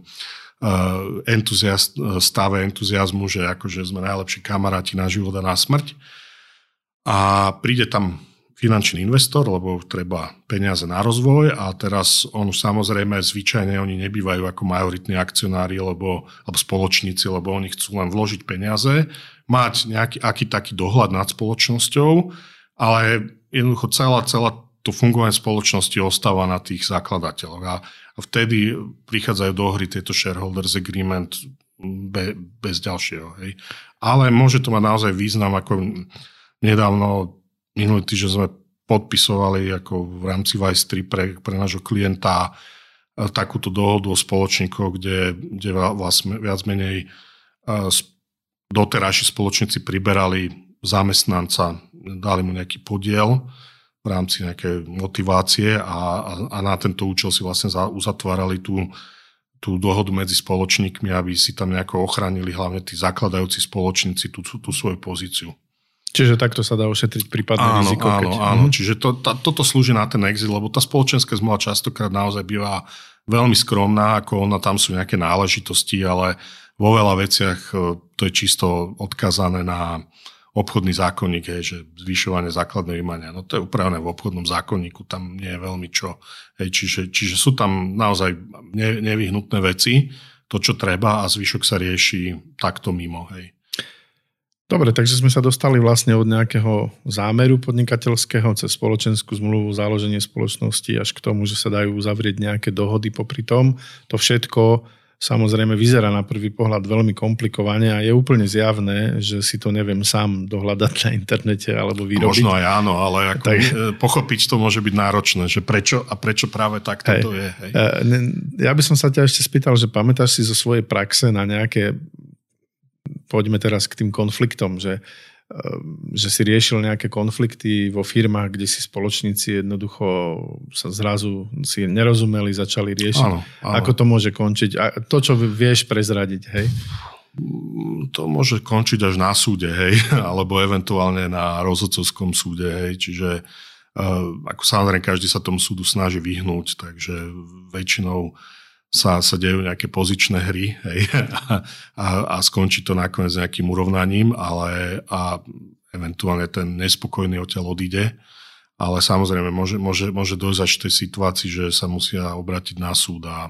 stave entuziazmu, že akože sme najlepší kamaráti na život a na smrť. A príde tam finančný investor, lebo treba peniaze na rozvoj a teraz samozrejme zvyčajne oni nebývajú ako majoritní akcionári alebo spoločníci, lebo oni chcú len vložiť peniaze, mať nejaký taký dohľad nad spoločnosťou, ale jednoducho celá to fungovanie spoločnosti ostáva na tých zakladateľoch. A vtedy prichádzajú do hry tieto shareholders agreement bez ďalšieho. Hej. Ale môže to mať naozaj význam, ako nedávno, minulý týždeň sme podpisovali ako v rámci Vice 3 pre nášho klienta takúto dohodu o spoločníkoch, kde vlastne viac menej doterajší spoločníci priberali zamestnanca, dali mu nejaký podiel v rámci nejakej motivácie a na tento účel si vlastne uzatvárali tú dohodu medzi spoločníkmi, aby si tam nejako ochránili hlavne tí zakladajúci spoločníci tú svoju pozíciu. Čiže takto sa dá ošetriť prípadné riziko. Áno. Čiže toto slúži na ten exit, lebo tá spoločenská zmluva častokrát naozaj býva veľmi skromná, ako tam sú nejaké náležitosti, ale vo veľa veciach to je čisto odkazané na obchodný zákonník, že zvyšovanie základného imania. No to je upravené v obchodnom zákonníku, tam nie je veľmi čo. Čiže sú tam naozaj nevyhnutné veci, to, čo treba a zvyšok sa rieši takto mimo. Dobre, takže sme sa dostali vlastne od nejakého zámeru podnikateľského cez spoločenskú zmluvu, založenie spoločnosti až k tomu, že sa dajú uzavrieť nejaké dohody popri tom. To všetko samozrejme vyzerá na prvý pohľad veľmi komplikovane a je úplne zjavné, že si to neviem sám dohľadať na internete alebo vyrobiť. Možno aj áno, ale pochopiť to môže byť náročné, že prečo práve takto to je. Ja by som sa ťa ešte spýtal, že pamätáš si zo svojej praxe na nejaké, poďme teraz k tým konfliktom, že si riešil nejaké konflikty vo firmách, kde si spoločníci jednoducho sa zrazu si nerozumeli, začali riešiť. Áno. Ako to môže končiť? A to, čo vieš prezradiť, hej? To môže končiť až na súde, hej? Alebo eventuálne na rozhodcovskom súde, hej? Čiže ako samozrejme každý sa tomu súdu snaží vyhnúť, takže väčšinou sa dejú nejaké pozičné hry, hej, a skončí to nakoniec nejakým urovnaním, ale eventuálne ten nespokojný odtiaľ odíde. Ale samozrejme môže dojsť až v tej situácii, že sa musia obrátiť na súd a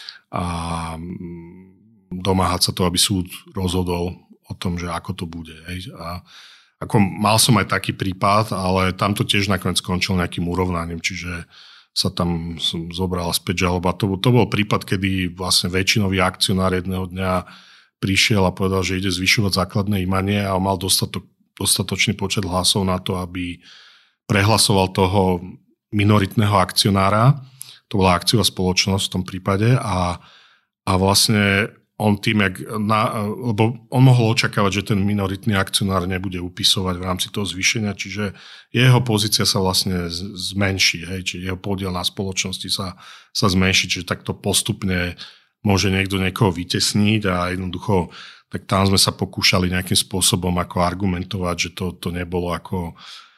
domáhať sa to, aby súd rozhodol o tom, že ako to bude. Hej. A ako mal som aj taký prípad, ale tam to tiež nakoniec skončil nejakým urovnaním, čiže sa tam zobrala späť žaloba. To bol prípad, kedy vlastne väčšinový akcionár jedného dňa prišiel a povedal, že ide zvyšovať základné imanie a mal dostatočný počet hlasov na to, aby prehlasoval toho minoritného akcionára. To bola akciová spoločnosť v tom prípade a vlastne on tým, lebo on mohol očakávať, že ten minoritný akcionár nebude upisovať v rámci toho zvýšenia, čiže jeho pozícia sa vlastne zmenší, čiže jeho podiel na spoločnosti sa zmenší, čiže takto postupne môže niekto niekoho vytesniť a jednoducho tak tam sme sa pokúšali nejakým spôsobom ako argumentovať, že to nebolo ako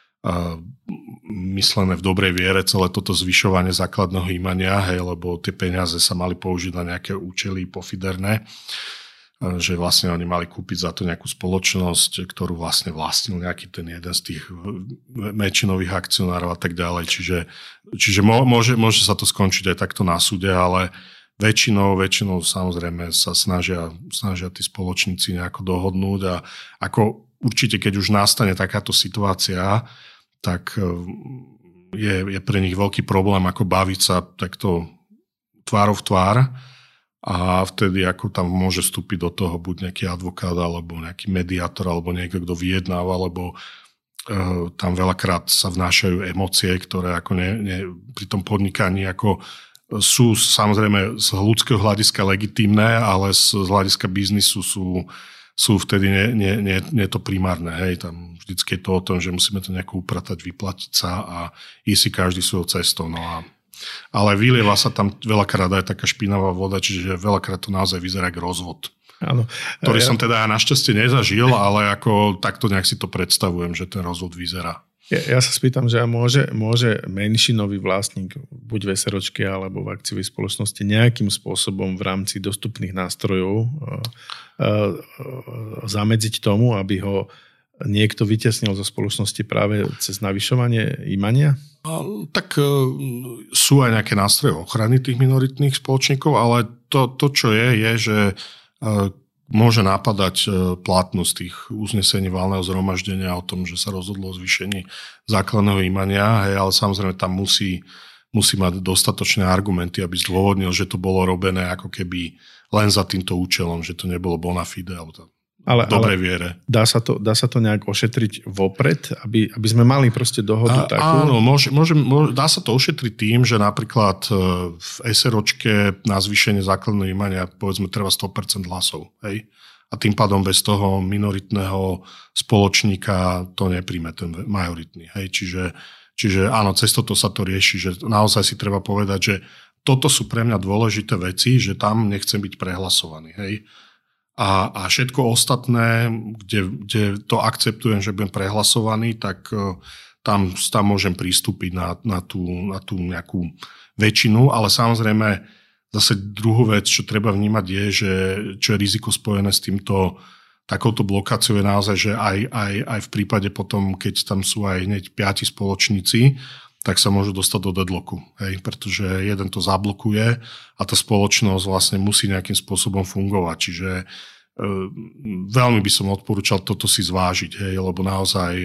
myslené v dobrej viere celé toto zvyšovanie základného imania, lebo tie peniaze sa mali použiť na nejaké účely pofiderné, že vlastne oni mali kúpiť za to nejakú spoločnosť, ktorú vlastne vlastnil nejaký ten jeden z tých väčšinových akcionárov a tak ďalej. Čiže môže sa to skončiť aj takto na súde, ale väčšinou samozrejme sa snažia tí spoločníci nejako dohodnúť a ako určite, keď už nastane takáto situácia, tak je pre nich veľký problém, ako baviť sa takto tvárou v tvár a vtedy ako tam môže vstúpiť do toho buď nejaký advokát, alebo nejaký mediátor, alebo niekto, kto vyjednáva, alebo tam veľakrát sa vnášajú emócie, ktoré ako pri tom podnikaní ako sú samozrejme z ľudského hľadiska legitímne, ale z hľadiska biznisu sú vtedy nie to primárne. Hej. Tam vždycky je to o tom, že musíme to nejako upratať, vyplatiť sa a ísť si každý svojou cestou. Ale vylieva sa tam veľakrát aj taká špinavá voda, čiže veľakrát to naozaj vyzerá ako rozvod. Áno. Ktorý som teda našťastie nezažil, ale ako takto nejak si to predstavujem, že ten rozvod vyzerá. Ja sa spýtam, že môže menšinový vlastník buď v SROčke alebo v akciovej spoločnosti nejakým spôsobom v rámci dostupných nástrojov zamedziť tomu, aby ho niekto vytiesnil zo spoločnosti práve cez navyšovanie imania? Tak sú aj nejaké nástroje ochrany tých minoritných spoločníkov, ale to čo je, že môže napadať platnosť tých uznesení valného zhromaždenia o tom, že sa rozhodlo o zvýšení základného imania, ale samozrejme tam musí mať dostatočné argumenty, aby zdôvodnil, že to bolo robené ako keby len za týmto účelom, že to nebolo bona fide alebo to v dobrej viere. Dá sa to nejak ošetriť vopred, aby sme mali proste dohodu takú? Áno, dá sa to ošetriť tým, že napríklad v SROčke na zvýšenie základného imania povedzme treba 100% hlasov. Hej? A tým pádom bez toho minoritného spoločníka to nepríjme ten majoritný. Hej? Čiže áno, cez toto sa to rieši, že naozaj si treba povedať, že toto sú pre mňa dôležité veci, že tam nechcem byť prehlasovaný. Hej? A všetko ostatné, kde to akceptujem, že budem prehlasovaný, tak tam môžem pristúpiť na tú nejakú väčšinu, ale samozrejme zase druhú vec, čo treba vnímať je, že čo je riziko spojené s takouto blokáciou je naozaj, že aj v prípade potom, keď tam sú aj hneď 5 spoločníci, tak sa môžu dostať do deadlocku. Pretože jeden to zablokuje a tá spoločnosť vlastne musí nejakým spôsobom fungovať. Čiže veľmi by som odporúčal toto si zvážiť, lebo naozaj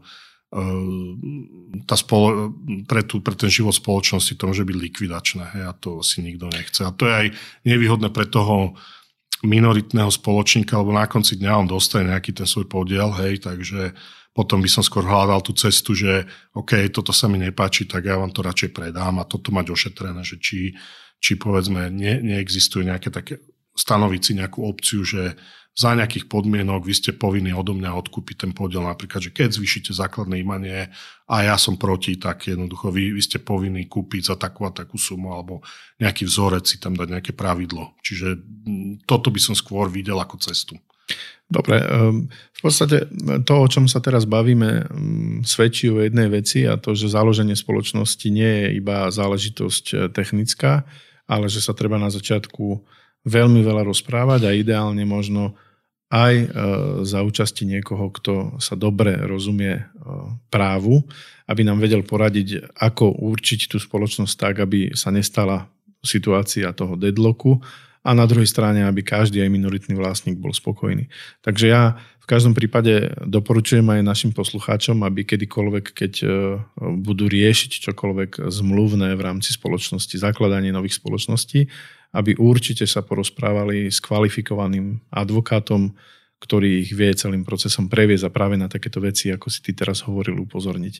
pre ten život spoločnosti to môže byť likvidačné. A to si nikto nechce. A to je aj nevýhodné pre toho minoritného spoločníka, lebo na konci dňa on dostane nejaký ten svoj podiel, takže potom by som skôr hľadal tú cestu, že OK, toto sa mi nepáči, tak ja vám to radšej predám a toto mať ošetrené, že či povedzme neexistuje nejaké také, stanoviť si nejakú opciu, že za nejakých podmienok vy ste povinní odo mňa odkúpiť ten podiel, napríklad, že keď zvýšite základné imanie a ja som proti, tak jednoducho vy ste povinní kúpiť za takú a takú sumu alebo nejaký vzorec si tam dať nejaké pravidlo. Čiže toto by som skôr videl ako cestu. Dobre, v podstate to, o čom sa teraz bavíme, svedčí o jednej veci a to, že založenie spoločnosti nie je iba záležitosť technická, ale že sa treba na začiatku veľmi veľa rozprávať a ideálne možno aj za účasti niekoho, kto sa dobre rozumie právu, aby nám vedel poradiť, ako určiť tú spoločnosť tak, aby sa nestala situácia toho deadlocku a na druhej strane, aby každý aj minoritný vlastník bol spokojný. Takže ja v každom prípade doporučujem aj našim poslucháčom, aby kedykoľvek, keď budú riešiť čokoľvek zmluvné v rámci spoločnosti, zakladanie nových spoločností, aby určite sa porozprávali s kvalifikovaným advokátom, ktorý ich vie celým procesom previesť a práve na takéto veci, ako si ty teraz hovoril, upozorniť.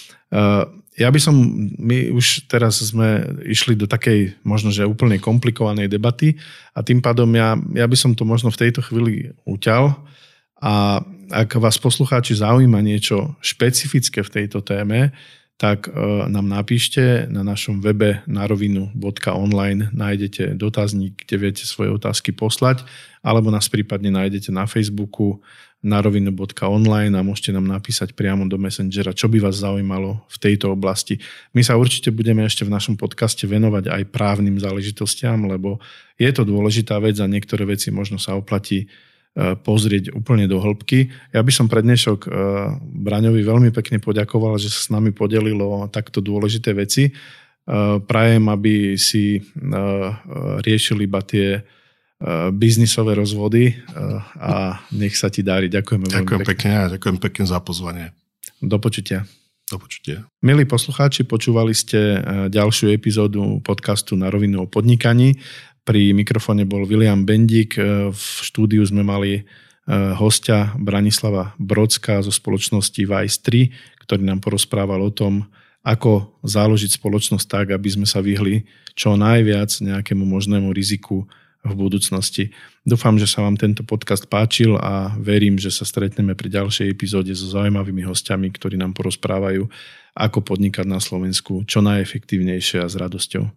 My už teraz sme išli do takej možno, že úplne komplikovanej debaty a tým pádom ja by som to možno v tejto chvíli uťal a ak vás poslucháči zaujíma niečo špecifické v tejto téme, tak nám napíšte na našom webe narovinu.online, nájdete dotazník, kde viete svoje otázky poslať, alebo nás prípadne nájdete na Facebooku narovinu.online a môžete nám napísať priamo do Messengera, čo by vás zaujímalo v tejto oblasti. My sa určite budeme ešte v našom podcaste venovať aj právnym záležitostiam, lebo je to dôležitá vec a niektoré veci možno sa oplatí pozrieť úplne do hĺbky. Ja by som pre dnešok Braňovi veľmi pekne poďakoval, že sa s nami podelil o takto dôležité veci. Prajem, aby si riešili iba tie biznisové rozvody a nech sa ti darí. Ďakujeme veľmi pekne. Ďakujem pekne za pozvanie. Do počutia. Do počutia. Milí poslucháči, počúvali ste ďalšiu epizódu podcastu Na rovinu o podnikaní. Pri mikrofóne bol Viliam Bendík. V štúdiu sme mali hostia Branislava Brodská zo spoločnosti Vice3, ktorý nám porozprával o tom, ako založiť spoločnosť tak, aby sme sa vyhli čo najviac nejakému možnému riziku v budúcnosti. Dúfam, že sa vám tento podcast páčil a verím, že sa stretneme pri ďalšej epizóde so zaujímavými hostiami, ktorí nám porozprávajú, ako podnikať na Slovensku čo najefektívnejšie a s radosťou.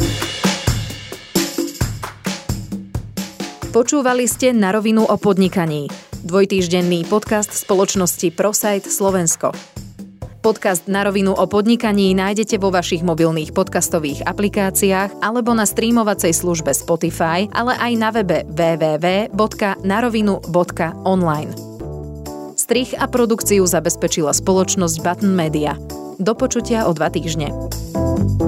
Počúvali ste Na rovinu o podnikaní. Dvojtýždenný podcast spoločnosti ProSite Slovensko. Podcast Na rovinu o podnikaní nájdete vo vašich mobilných podcastových aplikáciách alebo na streamovacej službe Spotify, ale aj na webe www.narovinu.online. Strih a produkciu zabezpečila spoločnosť Button Media. Do počutia o 2 týždne.